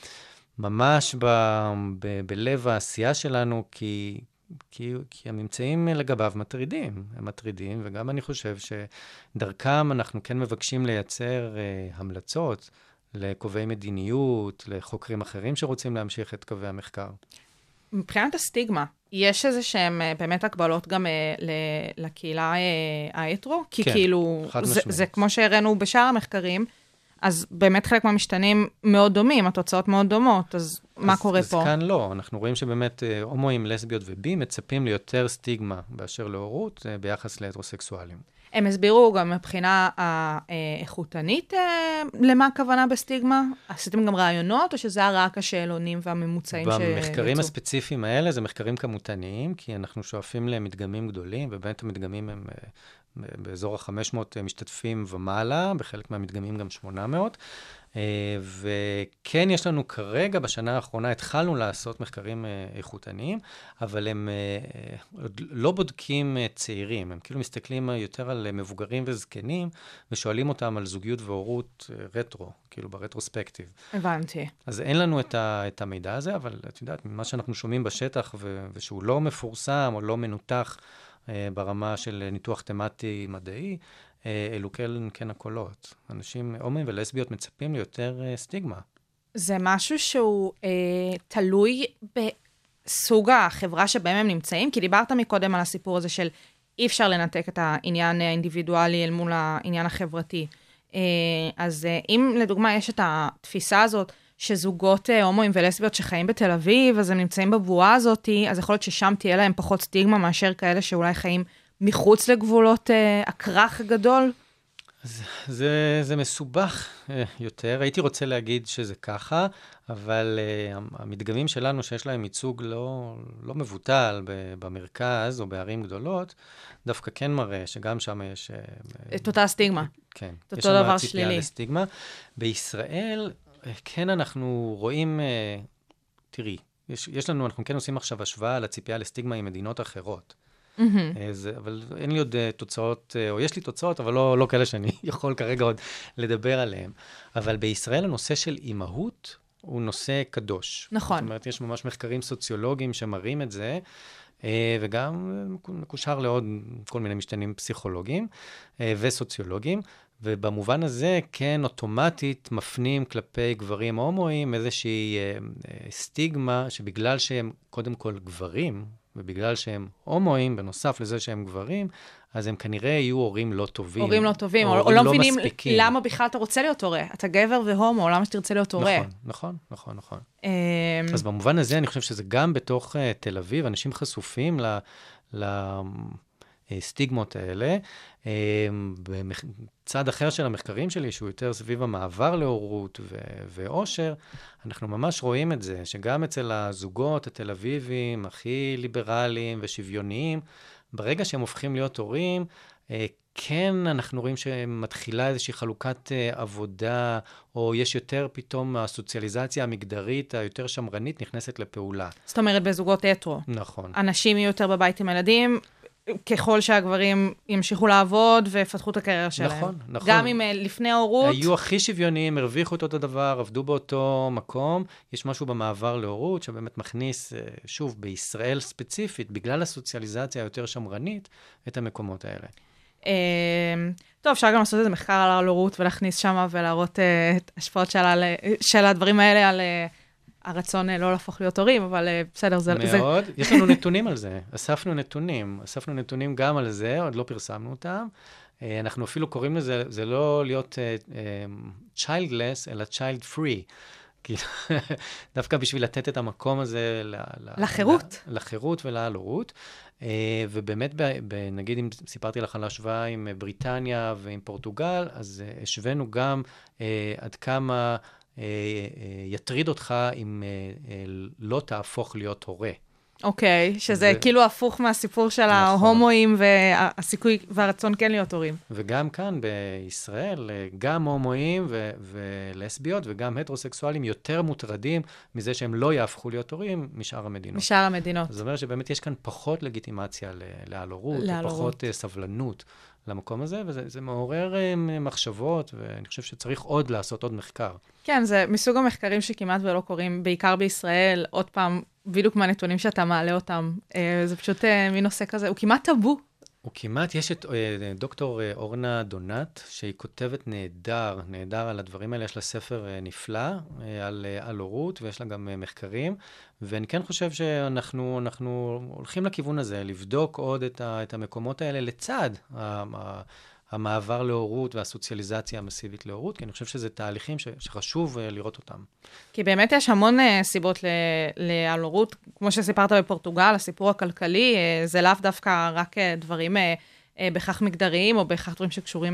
ממש בלב העשייה שלנו, כי הממצאים לגביו מטרידים, הם מטרידים, וגם אני חושב שדרכם אנחנו כן מבקשים לייצר המלצות לקובעי מדיניות, לחוקרים אחרים שרוצים להמשיך את קווי המחקר. מבחינת הסטיגמה, יש איזה שהם באמת הקבלות גם לקהילה ההטרו? כי כן, כאילו, זה כמו שהראינו בשאר המחקרים, אז באמת חלק מהמשתנים מאוד דומים, התוצאות מאוד דומות, אז מה קורה פה? אז כאן לא, אנחנו רואים שבאמת הומואים, לסביות ובי מצפים ליותר סטיגמה באשר להורות ביחס להטרוסקסואלים. הם הסבירו גם מבחינה האיכותנית למה הכוונה בסטיגמה? עשיתם גם רעיונות, או שזה היה רק השאלונים והממוצעים שיצאו? במחקרים הספציפיים האלה זה מחקרים כמותניים, כי אנחנו שואפים למדגמים גדולים, ובאמת המדגמים הם באזור ה-500 משתתפים ומעלה, בחלק מהמדגמים גם 800, וכן יש לנו כרגע, בשנה האחרונה התחלנו לעשות מחקרים איכותניים, אבל הם לא בודקים צעירים, הם כאילו מסתכלים יותר על מבוגרים וזקנים, ושואלים אותם על זוגיות והורות רטרו, כאילו ברטרוספקטיב. הבנתי. אז אין לנו את המידע הזה, אבל את יודעת, ממה שאנחנו שומעים בשטח, ושהוא לא מפורסם או לא מנותח ברמה של ניתוח תמטי מדעי, אלו כן הקולות. אנשים, הומואים ולסביות מצפים ליותר סטיגמה. זה משהו שהוא תלוי בסוג החברה שבהם הם נמצאים? כי דיברת מקודם על הסיפור הזה של אי אפשר לנתק את העניין האינדיבידואלי אל מול העניין החברתי. אז אם לדוגמה יש את התפיסה הזאת שזוגות הומואים ולסביות שחיים בתל אביב, אז הם נמצאים בבועה הזאת, אז יכול להיות ששם תהיה להם פחות סטיגמה מאשר כאלה שאולי חיים מחוץ לגבולות הכרך גדול? זה מסובך יותר. הייתי רוצה להגיד שזה ככה, אבל המדגמים שלנו שיש להם ייצוג לא מבוטל במרכז או בערים גדולות, דווקא כן מראה שגם שם יש את אותה סטיגמה. כן. את אותו דבר יש שם ציפייה לסטיגמה. בישראל, כן אנחנו רואים, תראי, אנחנו כן עושים עכשיו השוואה על הציפייה לסטיגמה עם מדינות אחרות. אבל אין לי עוד תוצאות, או יש לי תוצאות, אבל לא כאלה שאני יכול כרגע עוד לדבר עליהן. אבל בישראל הנושא של אימהות הוא נושא קדוש. נכון. זאת אומרת, יש ממש מחקרים סוציולוגיים שמראים את זה, וגם מקושר לעוד כל מיני משתנים פסיכולוגיים וסוציולוגיים, ובמובן הזה כן אוטומטית מפנים כלפי גברים הומואים איזושהי סטיגמה שבגלל שהם קודם כל גברים, ובגלל שהם הומואים, בנוסף לזה שהם גברים, אז הם כנראה יהיו הורים לא טובים. הורים לא טובים, או לא מבינים למה בכלל אתה רוצה להיות הורה. אתה גבר והומו, למה שתרצה להיות הורה? נכון. אז במובן הזה אני חושב שזה גם בתוך תל אביב, אנשים חשופים לסטיגמות האלה. בצד אחר של המחקרים שלי, שהוא יותר סביב המעבר להורות ואושר, אנחנו ממש רואים את זה, שגם אצל הזוגות התל אביבים, הכי ליברליים ושוויוניים, ברגע שהם הופכים להיות הורים, כן, אנחנו רואים שמתחילה איזושהי חלוקת עבודה, או יש יותר פתאום הסוציאליזציה המגדרית, היותר שמרנית, נכנסת לפעולה. זאת אומרת, בזוגות הטרו. נכון. אנשים יהיו יותר בבית עם הילדים, ככל שהגברים ימשיכו לעבוד ויפתחו את הקריירה שלהם. נכון, נכון. גם אם לפני ההורות... היו הכי שוויוניים, הרוויחו את אותו דבר, עבדו באותו מקום. יש משהו במעבר להורות שבאמת מכניס, שוב, בישראל ספציפית, בגלל הסוציאליזציה היותר שמרנית, את המקומות האלה. טוב, אפשר גם לעשות איזה מחקר על ההורות ולהכניס שם ולהראות את השפעות של הדברים האלה על הרצון לא להפוך להיות הורים, אבל בסדר, זה... מאוד. יש לנו נתונים על זה. אספנו נתונים גם על זה, עוד לא פרסמנו אותם. אנחנו אפילו קוראים לזה, זה לא להיות childless, אלא child free. דווקא בשביל לתת את המקום הזה לחירות. לחירות ולהורות. ובאמת, נגיד אם סיפרתי לך על השוואה עם בריטניה ועם פורטוגל, אז השווינו גם עד כמה יטריד אותך אם לא תהפוך להיות הורה. אוקיי, שזה כאילו הפוך מהסיפור של ההומואים והסיכוי והרצון כן להיות הורים. וגם כאן בישראל, גם הומואים ולסביות וגם הטרוסקסואלים יותר מוטרדים מזה שהם לא יהפכו להיות הורים משאר המדינות. משאר המדינות. זאת אומרת שבאמת יש כאן פחות לגיטימציה להורות, ופחות סבלנות למקום הזה, וזה מעורר מחשבות, ואני חושב שצריך עוד לעשות עוד מחקר. כן, זה מסוג המחקרים שכמעט ולא קורים, בעיקר בישראל, עוד פעם, בדיוק מהנתונים שאתה מעלה אותם, זה פשוט מין נושא כזה, הוא כמעט טאבו. הוא כמעט, יש את דוקטור אורנה דונת, שהיא כותבת נהדר על הדברים האלה, יש לה ספר נפלא על הורות, ויש לה גם מחקרים, ואני כן חושב שאנחנו הולכים לכיוון הזה, לבדוק עוד את המקומות האלה לצד המעבר להורות והסוציאליזציה המסיבית להורות, כי אני חושב שזה תהליכים שחשוב לראות אותם. כי באמת יש המון סיבות להורות, כמו שסיפרת בפורטוגל, הסיפור הכלכלי, זה לאו דווקא רק דברים בכך מגדריים, או בכך דברים שקשורים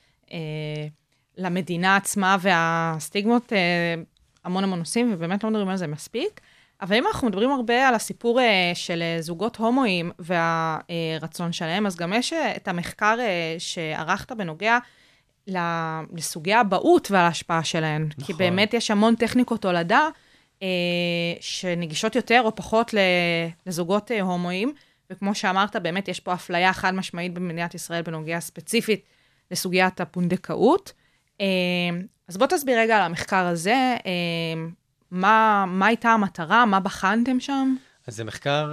למדינה עצמה והסטיגמות, המון נושאים, ובאמת לא מדברים על זה מספיק. אבל אם אנחנו מדברים הרבה על הסיפור של זוגות הומואים והרצון שלהם, אז גם יש את המחקר שערכת בנוגע לסוגי האבהות וההשפעה שלהן. נכון. כי באמת יש המון טכניקות הולדה שנגישות יותר או פחות לזוגות הומואים, וכמו שאמרת, באמת יש פה אפליה חד משמעית במדינת ישראל בנוגע ספציפית לסוגיית הפונדקאות. אז בוא תסביר רגע על המחקר הזה, מה הייתה המטרה? מה בחנתם שם? אז זה מחקר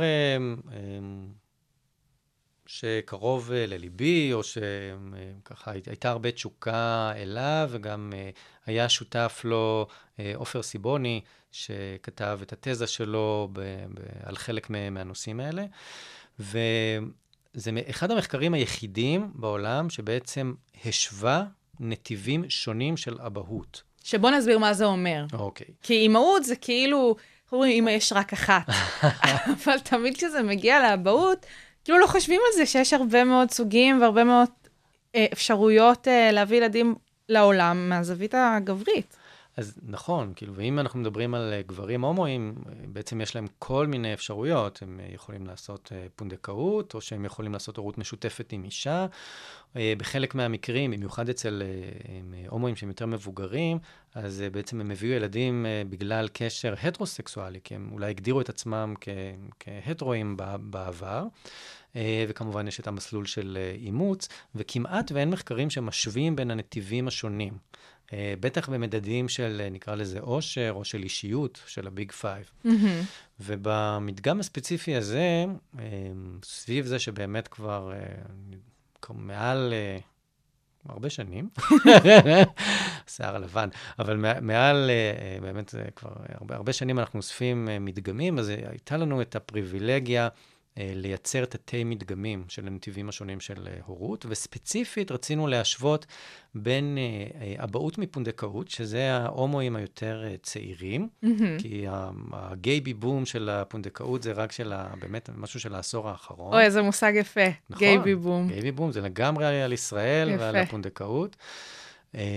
שקרוב לליבי, או שככה הייתה הרבה תשוקה אליו, וגם היה שותף לו עופר סיבוני, שכתב את התזה שלו על חלק מהנושאים האלה. וזה אחד המחקרים היחידים בעולם שבעצם השווה נתיבים שונים של אבהות. שבוא נסביר מה זה אומר. אוקיי. כי אימהות זה כאילו, אומרים, אמא יש רק אחת. אבל תמיד כשזה מגיע לאבהות, כאילו לא חושבים על זה שיש הרבה מאוד סוגים והרבה מאוד אפשרויות להביא ילדים לעולם מהזווית הגברית. אז נכון, כאילו, ואם אנחנו מדברים על גברים הומואים, בעצם יש להם כל מיני אפשרויות. הם יכולים לעשות פונדקאות, או שהם יכולים לעשות הורות משותפת עם אישה. בחלק מהמקרים, במיוחד אצל הומואים שהם יותר מבוגרים, אז בעצם הם הביאו ילדים בגלל קשר הטרוסקסואלי, כי הם אולי הגדירו את עצמם כהטרואים בעבר. וכמובן יש את המסלול של אימוץ, וכמעט ואין מחקרים שמשווים בין הנתיבים השונים. בטח במדדים של, נקרא לזה, אושר, או של אישיות, של הביג פייב. ובמדגם הספציפי הזה, סביב זה שבאמת כבר מעל הרבה שנים, שיער לבן, אבל מעל, באמת כבר הרבה שנים אנחנו אוספים מדגמים, אז הייתה לנו את הפריבילגיה לייצר תתי מדגמים של הנתיבים השונים של הורות, וספציפית רצינו להשוות בין אבהות מפונדקאות, שזה ההומואים היותר צעירים, כי הגייבי בום של הפונדקאות זה רק של באמת משהו של העשור האחרון. אוי, איזה מושג יפה, נכון, גייבי בום. גייבי בום, זה לגמרי על ישראל יפה. ועל הפונדקאות.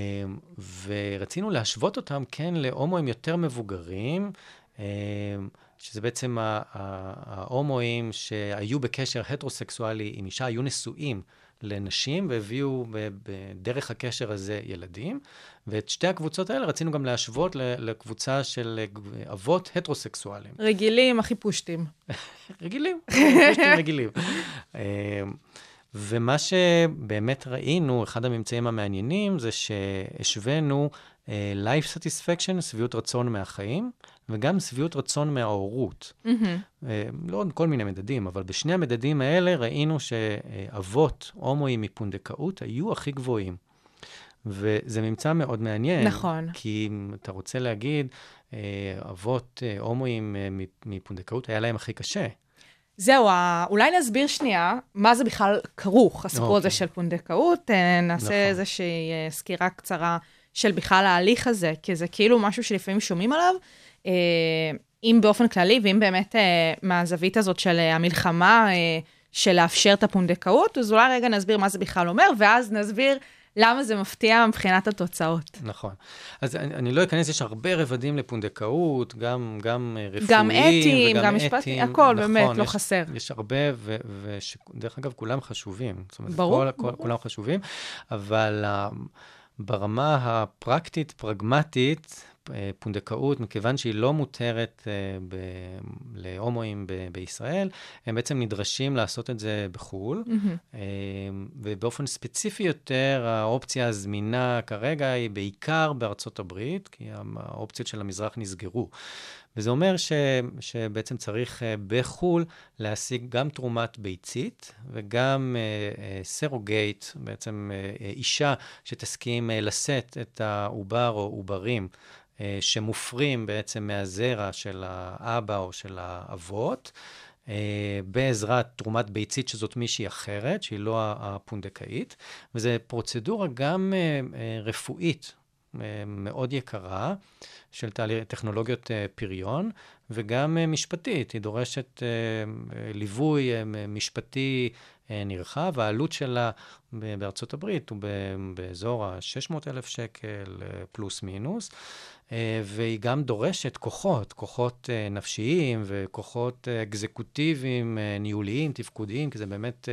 ורצינו להשוות אותם, כן, להומואים יותר מבוגרים, שזה בעצם ההומואים שהיו בקשר הטרוסקסואלי עם אישה, היו נשואים לנשים והביאו בדרך הקשר הזה ילדים, ואת שתי הקבוצות האלה רצינו גם להשוות לקבוצה של אבות הטרוסקסואלים. רגילים, הכי פושטים. רגילים, פושטים רגילים. ומה שבאמת ראינו, אחד הממצאים המעניינים, זה שהשווינו life satisfaction, שביעות רצון מהחיים, וגם שביעות רצון מההורות. לא עוד כל מיני מדדים, אבל בשני המדדים האלה ראינו שאבות הומואים מפונדקאות היו הכי גבוהים. וזה ממצא מאוד מעניין. נכון. כי אם אתה רוצה להגיד, אבות הומואים מפונדקאות היה להם הכי קשה. זהו, אולי נסביר שנייה מה זה בכלל כרוך, הסיפור הזה של פונדקאות. נעשה איזושהי סקירה קצרה של בכלל ההליך הזה, כי זה כאילו משהו שלפעמים שומעים עליו, אם באופן כללי, ואם באמת מהזווית הזאת של המלחמה, של לאפשר את הפונדקאות, אז אולי רגע נסביר מה זה בכלל אומר, ואז נסביר למה זה מפתיע מבחינת התוצאות. נכון. אז אני לא אכנס, יש הרבה רבדים לפונדקאות, גם רפואיים, גם אתיים, גם משפטיים, הכל באמת לא חסר. יש הרבה, ודרך אגב, כולם חשובים. ברור. כולם חשובים, אבל ברמה הפרקטית, פרגמטית, פונדקאות, מכיוון שהיא לא מותרת להומואים בישראל, הם בעצם נדרשים לעשות את זה בחו"ל, ובאופן ספציפי יותר, האופציה הזמינה כרגע היא בעיקר בארצות הברית, כי האופציות של המזרח נסגרו. וזה אומר שבעצם צריך בחו"ל להשיג גם תרומת ביצית, וגם סרוגייט, בעצם אישה שתסכים לשאת את העובר או עוברים, שמופרים בעצם מהזרע של האבא או של האבות, בעזרת תרומת ביצית שזאת מישהי אחרת, שהיא לא הפונדקאית, וזו פרוצדורה גם רפואית מאוד יקרה, של טכנולוגיות פריון, וגם משפטית. היא דורשת ליווי משפטי נרחב, העלות שלה בארצות הברית הוא באזור ה-600,000 שקל פלוס מינוס, והיא גם דורשת כוחות נפשיים וכוחות אקזקוטיביים, ניהוליים, תפקודיים, כי זה באמת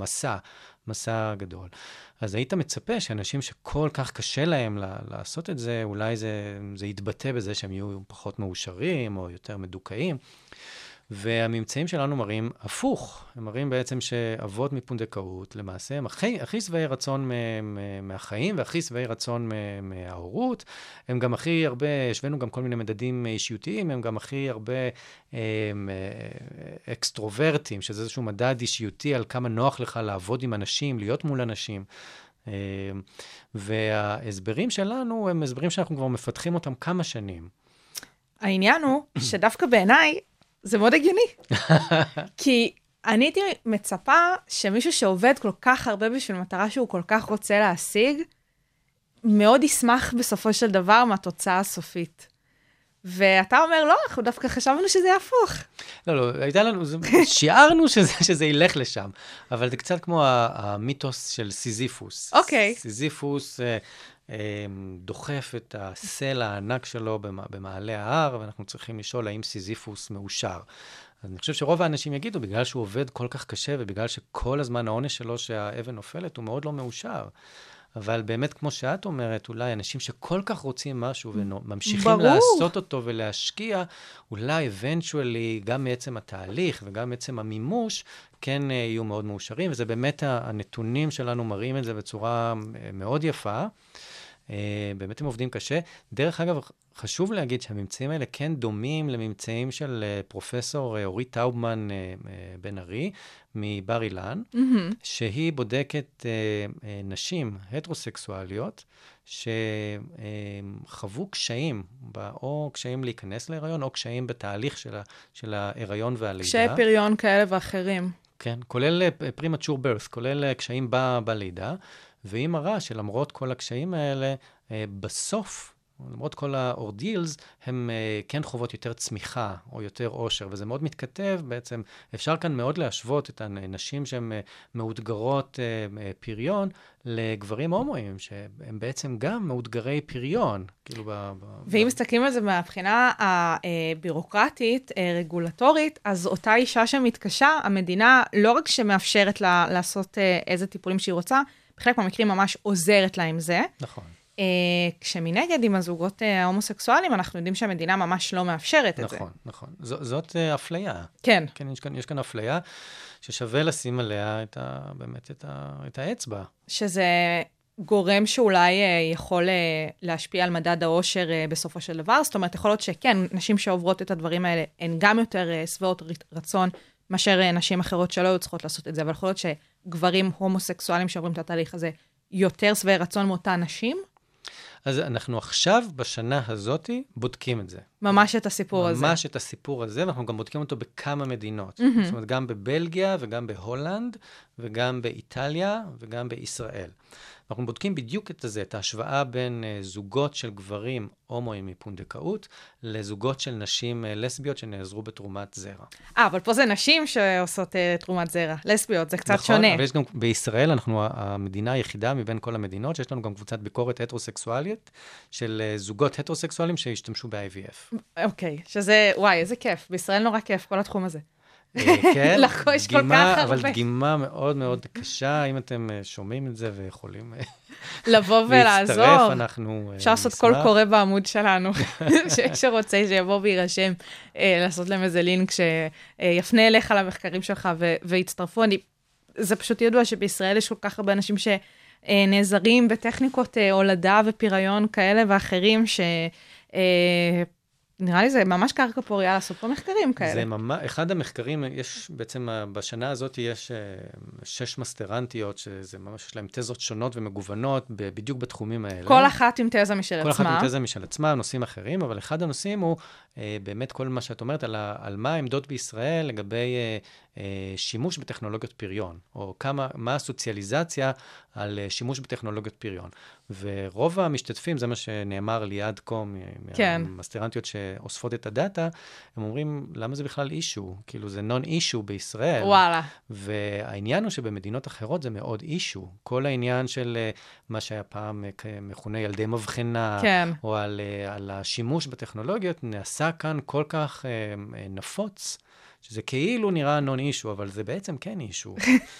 מסע גדול. אז היית מצפה שאנשים שכל כך קשה להם לעשות את זה, אולי זה יתבטא בזה שהם יהיו פחות מאושרים או יותר מדוכאים. והממצאים שלנו מראים הפוך. הם מראים בעצם שאבות מפונדקאות, למעשה, הם הכי שבעי רצון מהחיים, והכי שבעי רצון מההורות. הם גם הכי הרבה, השווינו גם כל מיני מדדים אישיותיים, הם גם הכי הרבה אקסטרוברטים, שזה איזשהו מדד אישיותי על כמה נוח לך לעבוד עם אנשים, להיות מול אנשים. וההסברים שלנו הם הסברים שאנחנו כבר מפתחים אותם כמה שנים. העניין הוא שדווקא בעיניי, זה מאוד הגיוני. כי אני הייתי מצפה שמישהו שעובד כל כך הרבה בשביל מטרה שהוא כל כך רוצה להשיג, מאוד ישמח בסופו של דבר מהתוצאה הסופית. ואתה אומר, לא, אנחנו דווקא חשבנו שזה יהפוך. לא, הייתה לנו, שיערנו שזה ילך לשם, אבל זה קצת כמו המיתוס של סיזיפוס. אוקיי. סיזיפוס דוחף את הסלע הענק שלו במעלה ההר, ואנחנו צריכים לשאול האם סיזיפוס מאושר. אז אני חושב שרוב האנשים יגידו, בגלל שהוא עובד כל כך קשה, ובגלל שכל הזמן העונש שלו שהאבן נופלת, הוא מאוד לא מאושר. אבל באמת, כמו שאת אומרת, אולי אנשים שכל כך רוצים משהו וממשיכים לעשות אותו ולהשקיע, אולי eventually, גם מעצם התהליך וגם מעצם המימוש, כן יהיו מאוד מאושרים, וזה באמת הנתונים שלנו מראים את זה בצורה מאוד יפה. באמת הם עובדים קשה. דרך אגב, חשוב להגיד שהממצאים האלה כן דומים לממצאים של פרופסור אורית טאובמן בן ארי, מבר אילן, שהיא בודקת נשים הטרוסקסואליות, שחוו קשיים, או קשיים להיכנס להיריון, או קשיים בתהליך של ההיריון והלידה. קשיי פריון כאלה ואחרים. כן, כולל premature birth, כולל קשיים בלידה, והיא מראה שלמרות כל הקשיים האלה, בסוף למרות כל האורדילס, הן כן חוות יותר צמיחה או יותר עושר, וזה מאוד מתכתב בעצם. אפשר כאן מאוד להשוות את הנשים שהן מאותגרות פריון לגברים הומואים, שהם בעצם גם מאותגרי פריון. כאילו ואם מסתכלים על זה מהבחינה הבירוקרטית, רגולטורית, אז אותה אישה שמתקשה, המדינה לא רק שמאפשרת לה לעשות איזה טיפולים שהיא רוצה, בחלק מהמקרים ממש עוזרת לה עם זה. נכון. כשמנגד עם הזוגות ההומוסקסואליים, אנחנו יודעים שהמדינה ממש לא מאפשרת את זה. נכון, נכון. זאת אפליה. כן. כן, יש כאן אפליה ששווה לשים עליה באמת את האצבע. שזה גורם שאולי יכול להשפיע על מדד העושר בסופו של דבר. זאת אומרת, יכול להיות שכן, נשים שעוברות את הדברים האלה, הן גם יותר שבעות רצון, מאשר נשים אחרות שלא היו צריכות לעשות את זה, אבל יכול להיות שגברים הומוסקסואלים שעוברים את התהליך הזה, יותר שבעי רצון מאותן נשים? אז אנחנו עכשיו, בשנה הזאת, בודקים את זה. ממש את הסיפור הזה. ממש את הסיפור הזה, ואנחנו גם בודקים אותו בכמה מדינות. זאת אומרת, גם בבלגיה, וגם בהולנד, וגם באיטליה, וגם בישראל. אנחנו בודקים בדיוק את זה, את ההשוואה בין זוגות של גברים הומואים מפונדקאות, לזוגות של נשים לסביות שנעזרו בתרומת זרע. אבל פה זה נשים שעושות תרומת זרע. לסביות, זה קצת נכון, שונה. אבל יש גם, בישראל אנחנו המדינה היחידה מבין כל המדינות, שיש לנו גם קבוצת ביקורת הטרוסקסואלית, של זוגות הטרוסקסואלים שהשתמשו ב-IVF. אוקיי, שזה, וואי, איזה כיף. בישראל נורא כיף, כל התחום הזה. כן, לחוש כל כך הרבה. אבל דגימה מאוד מאוד קשה, אם אתם שומעים את זה ויכולים לבוא ולעזור. להצטרף, אנחנו אפשר לעשות קול קורא בעמוד שלנו, שרוצה שיבוא וירשם, לעשות להם איזה לינק שיפנה אליך למחקרים שלך ויצטרפו. זה פשוט ידוע שבישראל יש כל כך הרבה אנשים שנעזרים בטכניקות הולדה ופיריון כאלה ואחרים, נראה לי זה ממש קרקע פוריה לעשות פה מחקרים כאלה. זה ממש, אחד המחקרים, יש בעצם, בשנה הזאת יש 6 מסטרנטיות, שזה ממש יש להם תזות שונות ומגוונות, בדיוק בתחומים האלה. כל אחת עם תזה משל עצמה. כל אחת עם תזה משל עצמה, נושאים אחרים, אבל אחד הנושאים הוא באמת כל מה שאת אומרת, על מה העמדות בישראל לגבי שימוש בטכנולוגיות פריון, או מה הסוציאליזציה על שימוש בטכנולוגיות פריון. ורוב המשתתפים, זה מה שנאמר לי עד כה, מהמסטרנטיות שאוספות את הדאטה, הם אומרים, למה זה בכלל אישו? כאילו זה נון אישו בישראל. וואלה. והעניין הוא שבמדינות אחרות זה מאוד אישו. כל העניין של מה שהיה פעם מכונה ילדי מבחנה, כן. או על השימוש בטכנולוגיות, נעשה כאן כל כך נפוץ, שזה כאילו נראה נון אישו, אבל זה בעצם כן אישו.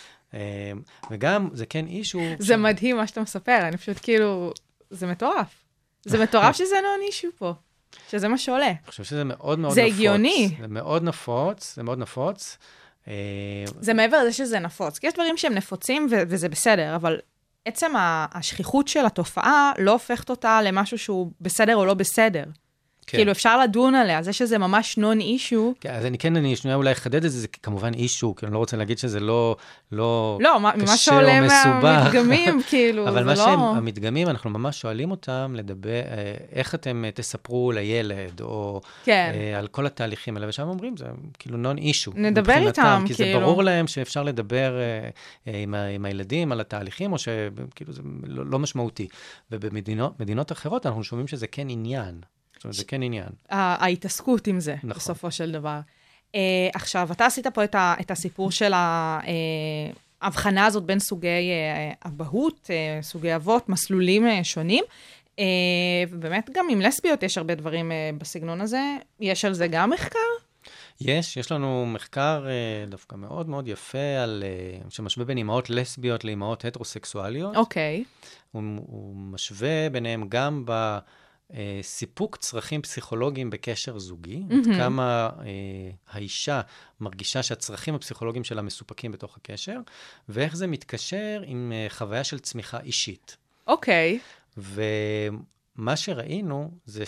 וגם זה כן אישו. זה מדהים מה שאתה מספר, אני פשוט כאילו, זה מטורף. זה מטורף שזה נון אישו פה, שזה מה שעולה. אני חושב שזה מאוד מאוד נפוץ. זה הגיוני. זה מאוד נפוץ, זה מאוד נפוץ. זה מעבר לזה שזה נפוץ, כי יש דברים שהם נפוצים וזה בסדר, אבל עצם השכיחות של התופעה לא הופכת אותה למשהו שהוא בסדר או לא בסדר. כן. כאילו אפשר לדון עליה, זה שזה ממש נון אישו. כן, אז אני שנייה אולי אחדד את זה, זה כמובן אישו, כי אני לא רוצה להגיד שזה לא מה שעולה מהמדגמים, כאילו, אבל זה מה לא... שהם, המדגמים, אנחנו ממש שואלים אותם לדבר, איך אתם תספרו לילד, או כן. על כל התהליכים האלה, ושם אומרים, זה כאילו נון אישו. נדבר איתם, כי זה ברור להם שאפשר לדבר עם הילדים על התהליכים, או שכאילו זה לא משמעותי. ובמדינות אחרות אנחנו שומעים שזה כן עניין. זאת אומרת, זה כן עניין. ההתעסקות עם זה, נכון. בסופו של דבר. עכשיו, אתה עשית פה את הסיפור של ההבחנה הזאת בין סוגי אבהות, סוגי אבות, מסלולים שונים, ובאמת גם עם לסביות יש הרבה דברים בסגנון הזה. יש על זה גם מחקר? יש לנו מחקר דווקא מאוד מאוד יפה, שמשווה בין אימהות לסביות לאימהות הטרוסקסואליות. אוקיי. הוא משווה ביניהם גם סיפוק צרכים פסיכולוגיים בקשר זוגי, עד כמה האישה מרגישה שהצרכים הפסיכולוגיים שלה מסופקים בתוך הקשר, ואיך זה מתקשר עם חוויה של צמיחה אישית. אוקיי. ומה שראינו זה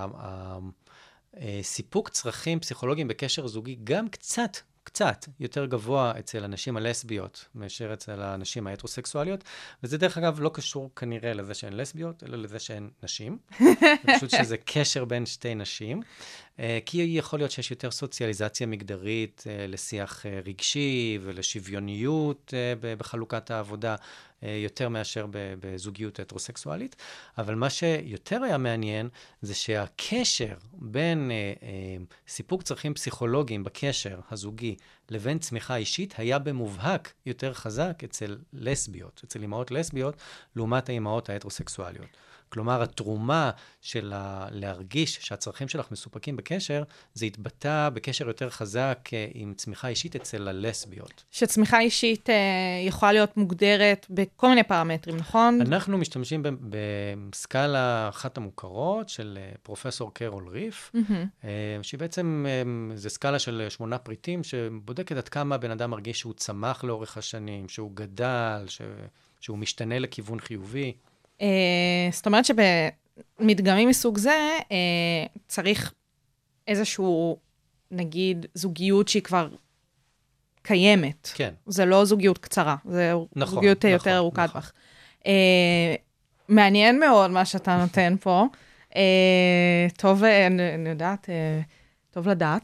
סיפוק צרכים פסיכולוגיים בקשר זוגי גם קצת יותר גבוה אצל הנשים הלסביות מאשר אצל הנשים ההטרוסקסואליות, וזה דרך אגב לא קשור כנראה לזה שהן לסביות, אלא לזה שהן נשים. פשוט שזה קשר בין שתי נשים. כי יכול להיות שיש יותר סוציאליזציה מגדרית לשיח רגשי ולשוויוניות בחלוקת העבודה, יותר מאשר בזוגיות הטרוסקסואלית. אבל מה שיותר היה מעניין זה שהקשר בין סיפוק צרכים פסיכולוגיים בקשר הזוגי לבין צמיחה אישית היה במובהק יותר חזק אצל לסביות, אצל אמהות לסביות, לעומת האמהות ההטרוסקסואליות. כלומר, התרומה של להרגיש שהצרכים שלך מסופקים בקשר, זה התבטא בקשר יותר חזק עם צמיחה אישית אצל הלסביות. שצמיחה אישית יכולה להיות מוגדרת בכל מיני פרמטרים, נכון? אנחנו משתמשים בסקאלה אחת המוכרות של פרופסור קרול ריף, שהיא בעצם, זו סקאלה של 8 פריטים, שבודקת עד כמה בן אדם מרגיש שהוא צמח לאורך השנים, שהוא גדל, שהוא משתנה לכיוון חיובי. זאת אומרת שבמדגמים מסוג זה, צריך איזשהו, נגיד, זוגיות שהיא כבר קיימת. כן. זה לא זוגיות קצרה, זה נכון, זוגיות נכון, יותר ארוכת נכון. טווח. מעניין מאוד מה שאתה נותן פה. טוב, אני יודעת, טוב לדעת.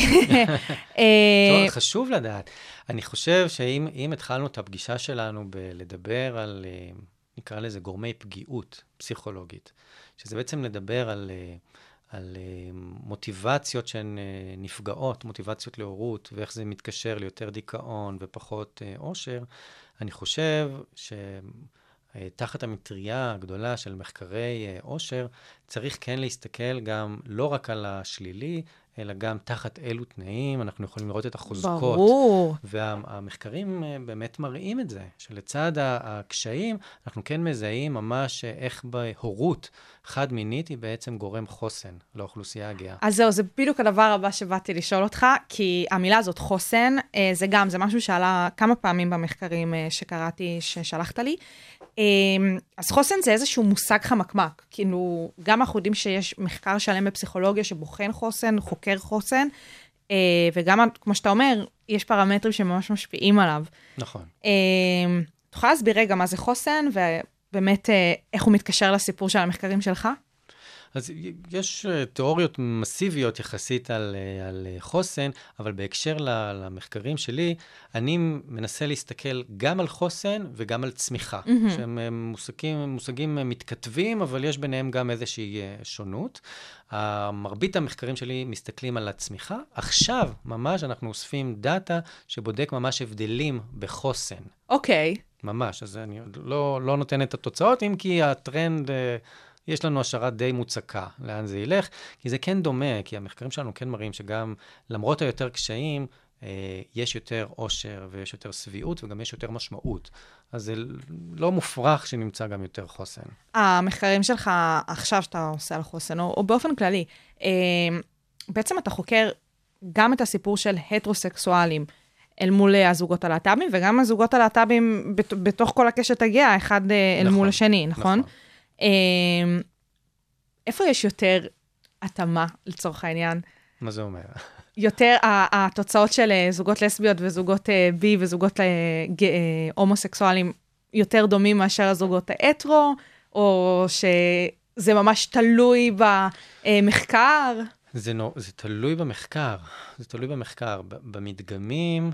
טוב, חשוב לדעת. אני חושב שאם התחלנו את הפגישה שלנו בלדבר על, נקרא לזה גורמי פגיעות פסיכולוגית, שזה בעצם לדבר על מוטיבציות שהן נפגעות, מוטיבציות להורות, ואיך זה מתקשר ליותר דיכאון ופחות עושר, אני חושב שתחת המטריה הגדולה של מחקרי עושר, צריך כן להסתכל גם לא רק על השלילי, אלא גם תחת אילו תנאים, אנחנו יכולים לראות את החוזקות. ברור. והמחקרים באמת מראים את זה, שלצד הקשיים, אנחנו כן מזהים ממש איך בהורות חד-מינית היא בעצם גורם חוסן לאוכלוסייה הגאה. אז זהו, זה בדיוק הדבר הבא שבאתי לשאול אותך, כי המילה הזאת חוסן, זה משהו שעלה כמה פעמים במחקרים שקראתי, ששלחת לי. אז חוסן זה איזשהו מושג חמקמק, כאילו, גם אנחנו יודעים שיש מחקר שלם בפסיכולוגיה שבוחן חוסן, חוקר חוסן, וגם, כמו שאתה אומר, יש פרמטרים שממש משפיעים עליו. נכון. תוכל להסביר רגע מה זה חוסן, ובאמת איך הוא מתקשר לסיפור של המחקרים שלך? אז יש תיאוריות מסיביות יחסית על חוסן, אבל בהקשר למחקרים שלי, אני מנסה להסתכל גם על חוסן וגם על צמיחה, שהם מושגים מתכתבים, אבל יש ביניהם גם איזושהי שונות. מרבית המחקרים שלי מסתכלים על הצמיחה. עכשיו, ממש אנחנו אוספים דאטה שבודק ממש הבדלים בחוסן. אוקיי. ממש, אז אני לא נותן את התוצאות, אם כי הטרנד יש לנו השערה די מוצקה לאן זה ילך, כי זה כן דומה, כי המחקרים שלנו כן מראים שגם למרות היותר קשיים, יש יותר עושר ויש יותר סביעות וגם יש יותר משמעות. אז זה לא מופרך שנמצא גם יותר חוסן. המחקרים שלך עכשיו שאתה עושה על חוסן, או באופן כללי, בעצם אתה חוקר גם את הסיפור של הטרוסקסואלים אל מול הזוגות הלהט"בים, וגם הזוגות הלהט"בים בתוך כל הקשת הגאה, אחד אל מול השני, נכון? איפה יש יותר התאמה לצורך העניין? מה זה אומר? יותר התוצאות של זוגות לסביות וזוגות בי וזוגות הומוסקסואלים יותר דומים מאשר הזוגות ההטרו, או שזה ממש תלוי במחקר? זה תלוי במחקר. זה תלוי במחקר. במדגמים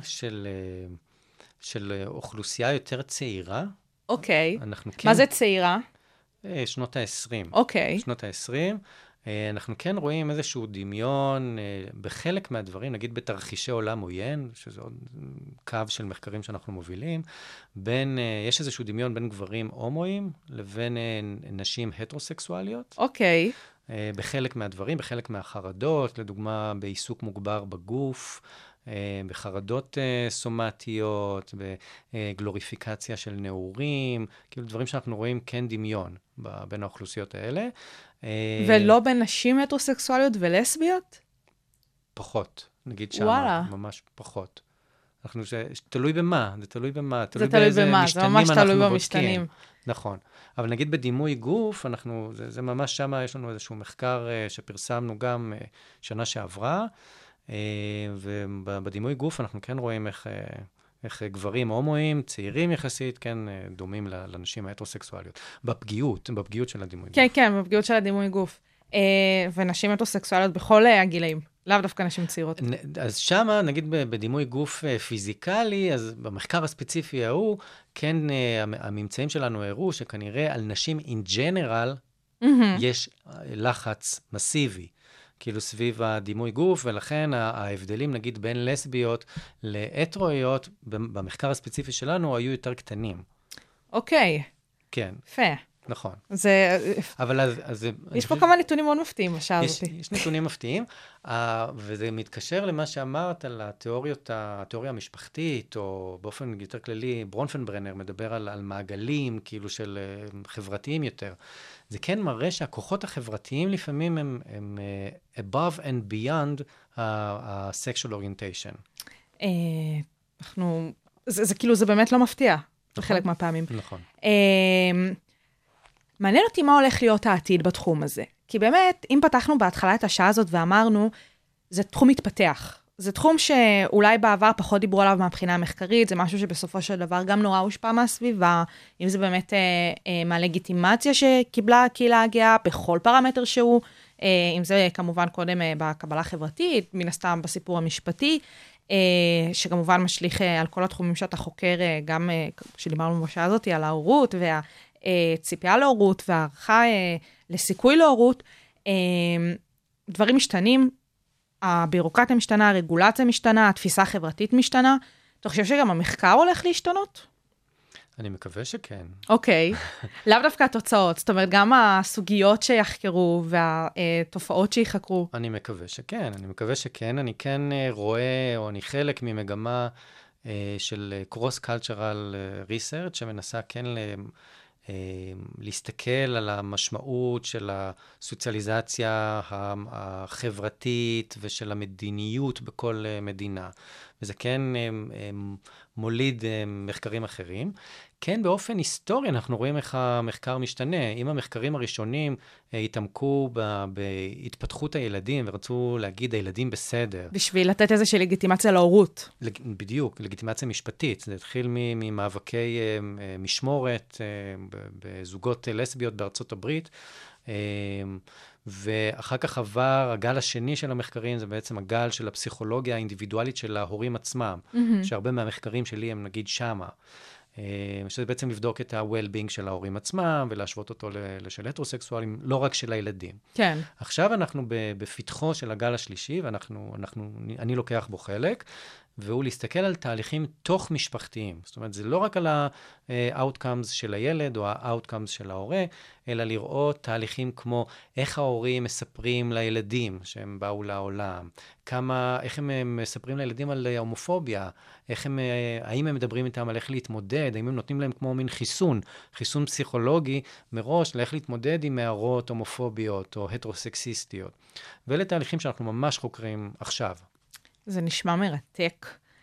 של אוכלוסייה יותר צעירה. אוקיי. כן, מה זה צעירה? שנות ה-20. אוקיי. שנות ה-20. אנחנו כן רואים איזשהו דמיון בחלק מהדברים, נגיד בתרחישי עולם עוין, שזה עוד קו של מחקרים שאנחנו מובילים, יש איזשהו דמיון בין גברים הומואים לבין נשים הטרוסקסואליות. אוקיי. בחלק מהדברים, בחלק מהחרדות, לדוגמה בעיסוק מוגבר בגוף, בחרדות סומטיות, בגלוריפיקציה של נעורים, כאילו דברים שאנחנו רואים כן דמיון בין האוכלוסיות האלה. ולא בין נשים הטרוסקסואליות ולסביות? פחות, נגיד שמה, ממש פחות. תלוי במה, זה תלוי במה, זה תלוי במה, זה ממש תלוי במשתנים. נכון, אבל נגיד בדימוי גוף, זה ממש שמה, יש לנו איזשהו מחקר שפרסמנו גם שנה שעברה, ובדימוי גוף אנחנו כן רואים איך גברים הומואים, צעירים יחסית, כן דומים לנשים ההטרוסקסואליות. בפגיעות של הדימוי גוף. כן, כן, בפגיעות של הדימוי גוף. ונשים הטרוסקסואליות בכל הגילאים, לאו דווקא נשים צעירות. אז שמה, נגיד בדימוי גוף פיזיקלי, אז במחקר הספציפי ההוא, כן, הממצאים שלנו הראו שכנראה על נשים in general, יש לחץ מסיבי, כאילו סביב הדימוי גוף, ולכן ההבדלים, נגיד, בין לסביות להטרואיות, במחקר הספציפי שלנו, היו יותר קטנים. אוקיי. כן. יפה. נכון. זה... אבל אז... יש פה כמה נתונים מאוד מפתיעים בשעה הזאת. יש נתונים מפתיעים, וזה מתקשר למה שאמרת על התיאוריה המשפחתית, או באופן יותר כללי, ברונפנברנר מדבר על מעגלים, כאילו של חברתיים יותר. זה כן מראה שהכוחות החברתיים לפעמים הם above and beyond ה-sexual orientation. זה כאילו, זה באמת לא מפתיע, בחלק מהפעמים. נכון. מעניין אותי מה הולך להיות העתיד בתחום הזה. כי באמת, אם פתחנו בהתחלה את השעה הזאת ואמרנו, זה תחום מתפתח. זה תחום שאולי בעבר פחות דיברו עליו מהבחינה המחקרית, זה משהו שבסופו של דבר גם נורא הושפע מהסביבה, אם זה באמת מהלגיטימציה שקיבלה הקהילה הגאה בכל פרמטר שהוא, אם זה כמובן קודם בקבלה חברתית, מן הסתם בסיפור המשפטי, שכמובן משליך על כל התחומים שאתה חוקר, גם כשדיברנו בשעה הזאת, על ההורות ציפייה להורות והערכה לסיכוי להורות, דברים משתנים, הבירוקרטיה משתנה, הרגולציה משתנה, התפיסה החברתית משתנה. אתה חושב שגם המחקר הולך להשתנות? אני מקווה שכן. אוקיי. לאו דווקא התוצאות, זאת אומרת, גם הסוגיות שיחקרו והתופעות שיחקרו. אני מקווה שכן. אני כן רואה, או אני חלק ממגמה של cross-cultural research, שמנסה כן להסתכל על המשמעות של הסוציאליזציה החברתית ושל המדיניות בכל מדינה. וזה כן מוליד מחקרים אחרים. כן, באופן היסטורי אנחנו רואים איך המחקר משתנה. אם המחקרים הראשונים התעמקו בהתפתחות הילדים ורצו להגיד הילדים בסדר. בשביל לתת איזושהי לגיטימציה להורות. בדיוק, לגיטימציה משפטית. זה התחיל ממאבקי משמורת בזוגות לסביות בארצות הברית. ואחר כך עבר הגל השני של המחקרים, זה בעצם הגל של הפסיכולוגיה האינדיבידואלית של ההורים עצמם, שהרבה מהמחקרים שלי הם נגיד שמה. שזה בעצם לבדוק את ה-well-being של ההורים עצמם, ולהשוות אותו לשל הטרוסקסואלים, לא רק של הילדים. כן. עכשיו אנחנו בפתחו של הגל השלישי, ואני לוקח בו חלק, והוא להסתכל על תהליכים תוך משפחתיים. זאת אומרת, זה לא רק על ה-outcomes של הילד או ה-outcomes של ההורה, אלא לראות תהליכים כמו איך ההורים מספרים לילדים שהם באו לעולם, איך הם מספרים לילדים על הומופוביה, האם הם מדברים איתם על איך להתמודד, האם הם נותנים להם כמו מין חיסון פסיכולוגי מראש, לאיך להתמודד עם הערות הומופוביות או הטרוסקסיסטיות. ואלה תהליכים שאנחנו ממש חוקרים עכשיו. זה נשמע מרתק.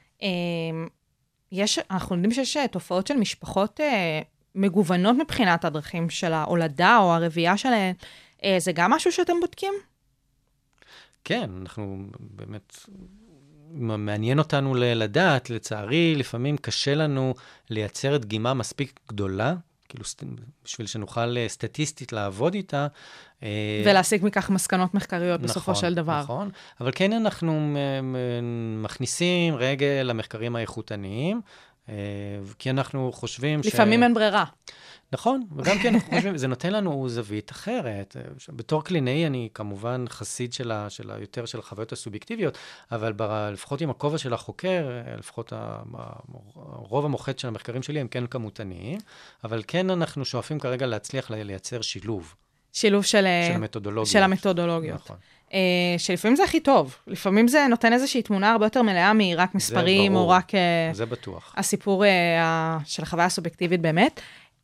אנחנו יודעים שיש תופעות של משפחות מגוונות מבחינת הדרכים של ההולדה או הרבייה שלהן. זה גם משהו שאתם בודקים? כן, אנחנו באמת, מעניין אותנו לדעת, לצערי, לפעמים קשה לנו לייצר דגימה מספיק גדולה, כאילו בשביל שנוכל סטטיסטית לעבוד איתה. ולהסיק מכך מסקנות מחקריות בסופו של דבר. נכון, אבל כן אנחנו מכניסים רגל למחקרים האיכותניים, כי אנחנו חושבים לפעמים אין ברירה. נכון, וגם כן אנחנו חושבים, זה נותן לנו זווית אחרת. בתור קלינאי אני כמובן חסיד יותר של החוויות הסובייקטיביות, אבל לפחות עם הכובע של החוקר, לפחות הרוב המוחץ של המחקרים שלי הם כן כמותניים, אבל כן אנחנו שואפים כרגע להצליח לייצר שילוב. שילוב של המתודולוגיות. של המתודולוגיות. נכון. שלפעמים זה הכי טוב. לפעמים זה נותן איזושהי תמונה הרבה יותר מלאה מרק מספרים, או רק זה בטוח. הסיפור של החוויה הסובייקטיבית באמת.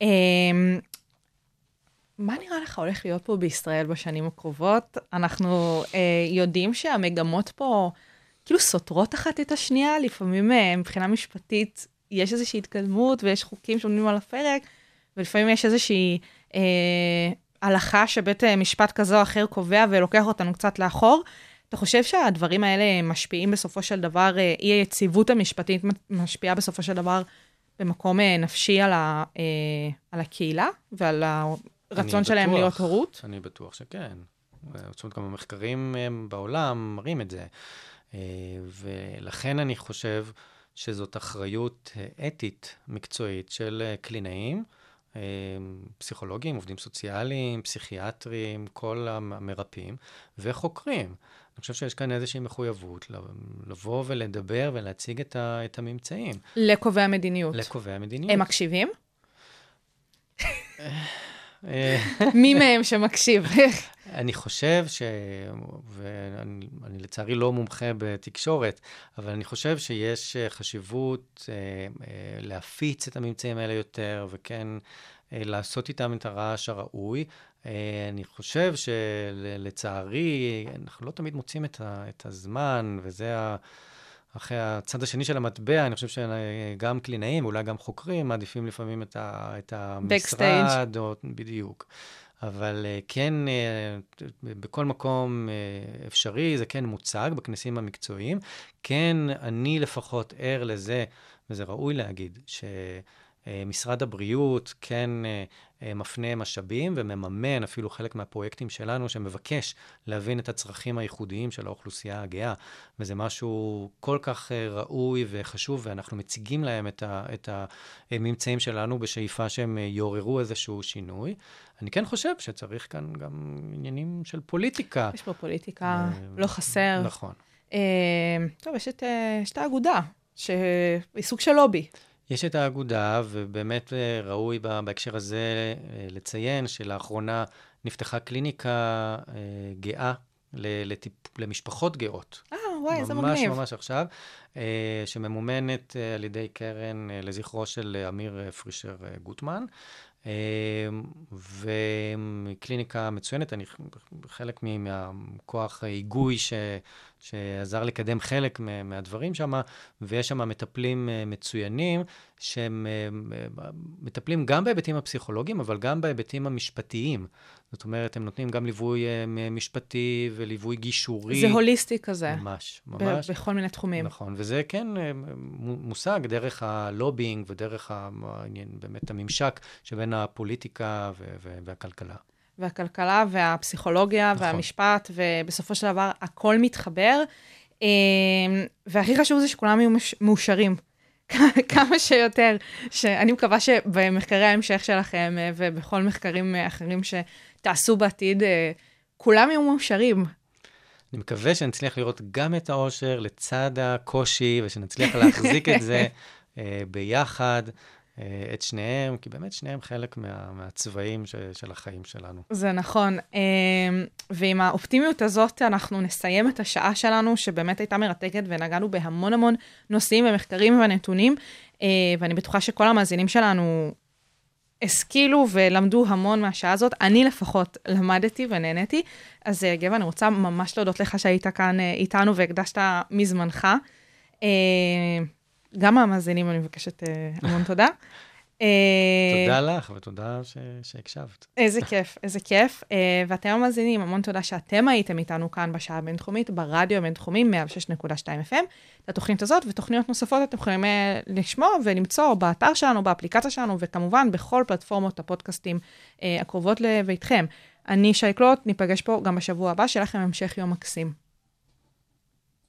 מה נראה לך הולך להיות פה בישראל בשנים הקרובות? אנחנו יודעים שהמגמות פה כאילו סותרות אחת את השנייה, לפעמים מבחינה משפטית יש איזושהי התקדמות ויש חוקים שעומדים על הפרק, ולפעמים יש איזושהי הלכה שבית משפט כזה או אחר קובע ולוקח אותנו קצת לאחור. אתה חושב שהדברים האלה משפיעים בסופו של דבר, אי היציבות המשפטית משפיעה בסופו של דבר במקום נפשי על הקהילה ועל הרצון שלהם להיות הורות? אני בטוח שכן. זאת אומרת, גם המחקרים בעולם מראים את זה. ולכן אני חושב שזאת אחריות אתית מקצועית של קלינאים, פסיכולוגים, עובדים סוציאליים, פסיכיאטרים, כל המרפאים וחוקרים. אני חושב שיש כאן איזושהי מחויבות לבוא ולדבר ולהציג את הממצאים. לקובעי המדיניות. לקובעי המדיניות. הם מקשיבים? מי מהם שמקשיב? אני חושב ואני לצערי לא מומחה בתקשורת, אבל אני חושב שיש חשיבות להפיץ את הממצאים האלה יותר, וכן לעשות איתם את הרעש הראוי. אני חושב שלצערי, אנחנו לא תמיד מוצאים את הזמן, וזה אחרי הצד השני של המטבע. אני חושב שגם קלינאים, אולי גם חוקרים, מעדיפים לפעמים את המשרד, בדיוק. אבל כן, בכל מקום אפשרי, זה כן מוצג בכנסים המקצועיים. כן, אני לפחות ער לזה, וזה ראוי להגיד, שמשרד הבריאות כן מפנה משאבים ומממן אפילו חלק מהפרויקטים שלנו, שמבקש להבין את הצרכים הייחודיים של האוכלוסייה הגאה, וזה משהו כל כך ראוי וחשוב, ואנחנו מציגים להם את הממצאים שלנו בשאיפה שהם יעוררו איזשהו שינוי. אני כן חושב שצריך כאן גם עניינים של פוליטיקה. יש פה פוליטיקה, לא חסר. נכון. טוב, יש את האגודה, שהיא סוג של לובי. יש את האגודה, ובאמת ראוי בהקשר הזה לציין שלאחרונה נפתחה קליניקה גאה למשפחות גאות. וואי, איזה מגניב. ממש עכשיו, שממומנת על ידי קרן לזכרו של אמיר פרישר גוטמן, וקליניקה מצוינת. אני חלק מהכוח היגוי שעזר לקדם חלק מהדברים שם, ויש שם מטפלים מצוינים, שהם מטפלים גם בהיבטים הפסיכולוגיים, אבל גם בהיבטים המשפטיים. זאת אומרת, הם נותנים גם ליווי משפטי וליווי גישורי. זה הוליסטי כזה. ממש. בכל מיני תחומים. נכון, וזה כן מושג דרך הלובינג ודרך באמת הממשק שבין הפוליטיקה והכלכלה. והכלכלה והפסיכולוגיה והמשפט, ובסופו של דבר הכל מתחבר. והכי חשוב זה שכולם יהיו מאושרים. כמה שיותר. שאני מקווה שבמחקרי ההמשך שלכם ובכל מחקרים אחרים שתעשו בעתיד, כולם יהיו מאושרים. אני מקווה שנצליח לראות גם את האושר לצד הקושי, ושנצליח להחזיק את זה ביחד, את שניהם, כי באמת שניהם חלק מהצבעים של החיים שלנו. זה נכון. ועם האופטימיות הזאת אנחנו נסיים את השעה שלנו, שבאמת הייתה מרתקת, ונגענו בהמון המון נושאים ומחקרים ונתונים, ואני בטוחה שכל המאזינים שלנו השכילו ולמדו המון מהשעה הזאת. אני לפחות למדתי ונהניתי. אז גבע, אני רוצה ממש להודות לך שהיית כאן איתנו והקדשת מזמנך. גם המאזינים, אני מבקשת המון תודה. תודה לך, ותודה שהקשבת. איזה כיף, איזה כיף. ואתם המאזינים, המון תודה שאתם הייתם איתנו כאן בשעה הבינתחומית, ברדיו הבינתחומי 106.2 FM. את התוכנית הזאת ותוכניות נוספות אתם יכולים לשמוע ולמצוא באתר שלנו, באפליקציה שלנו, וכמובן בכל פלטפורמות הפודקאסטים הקרובות לביתכם. אני שי קלוט, ניפגש פה גם בשבוע הבא, שיהיה לכם המשך יום מקסים.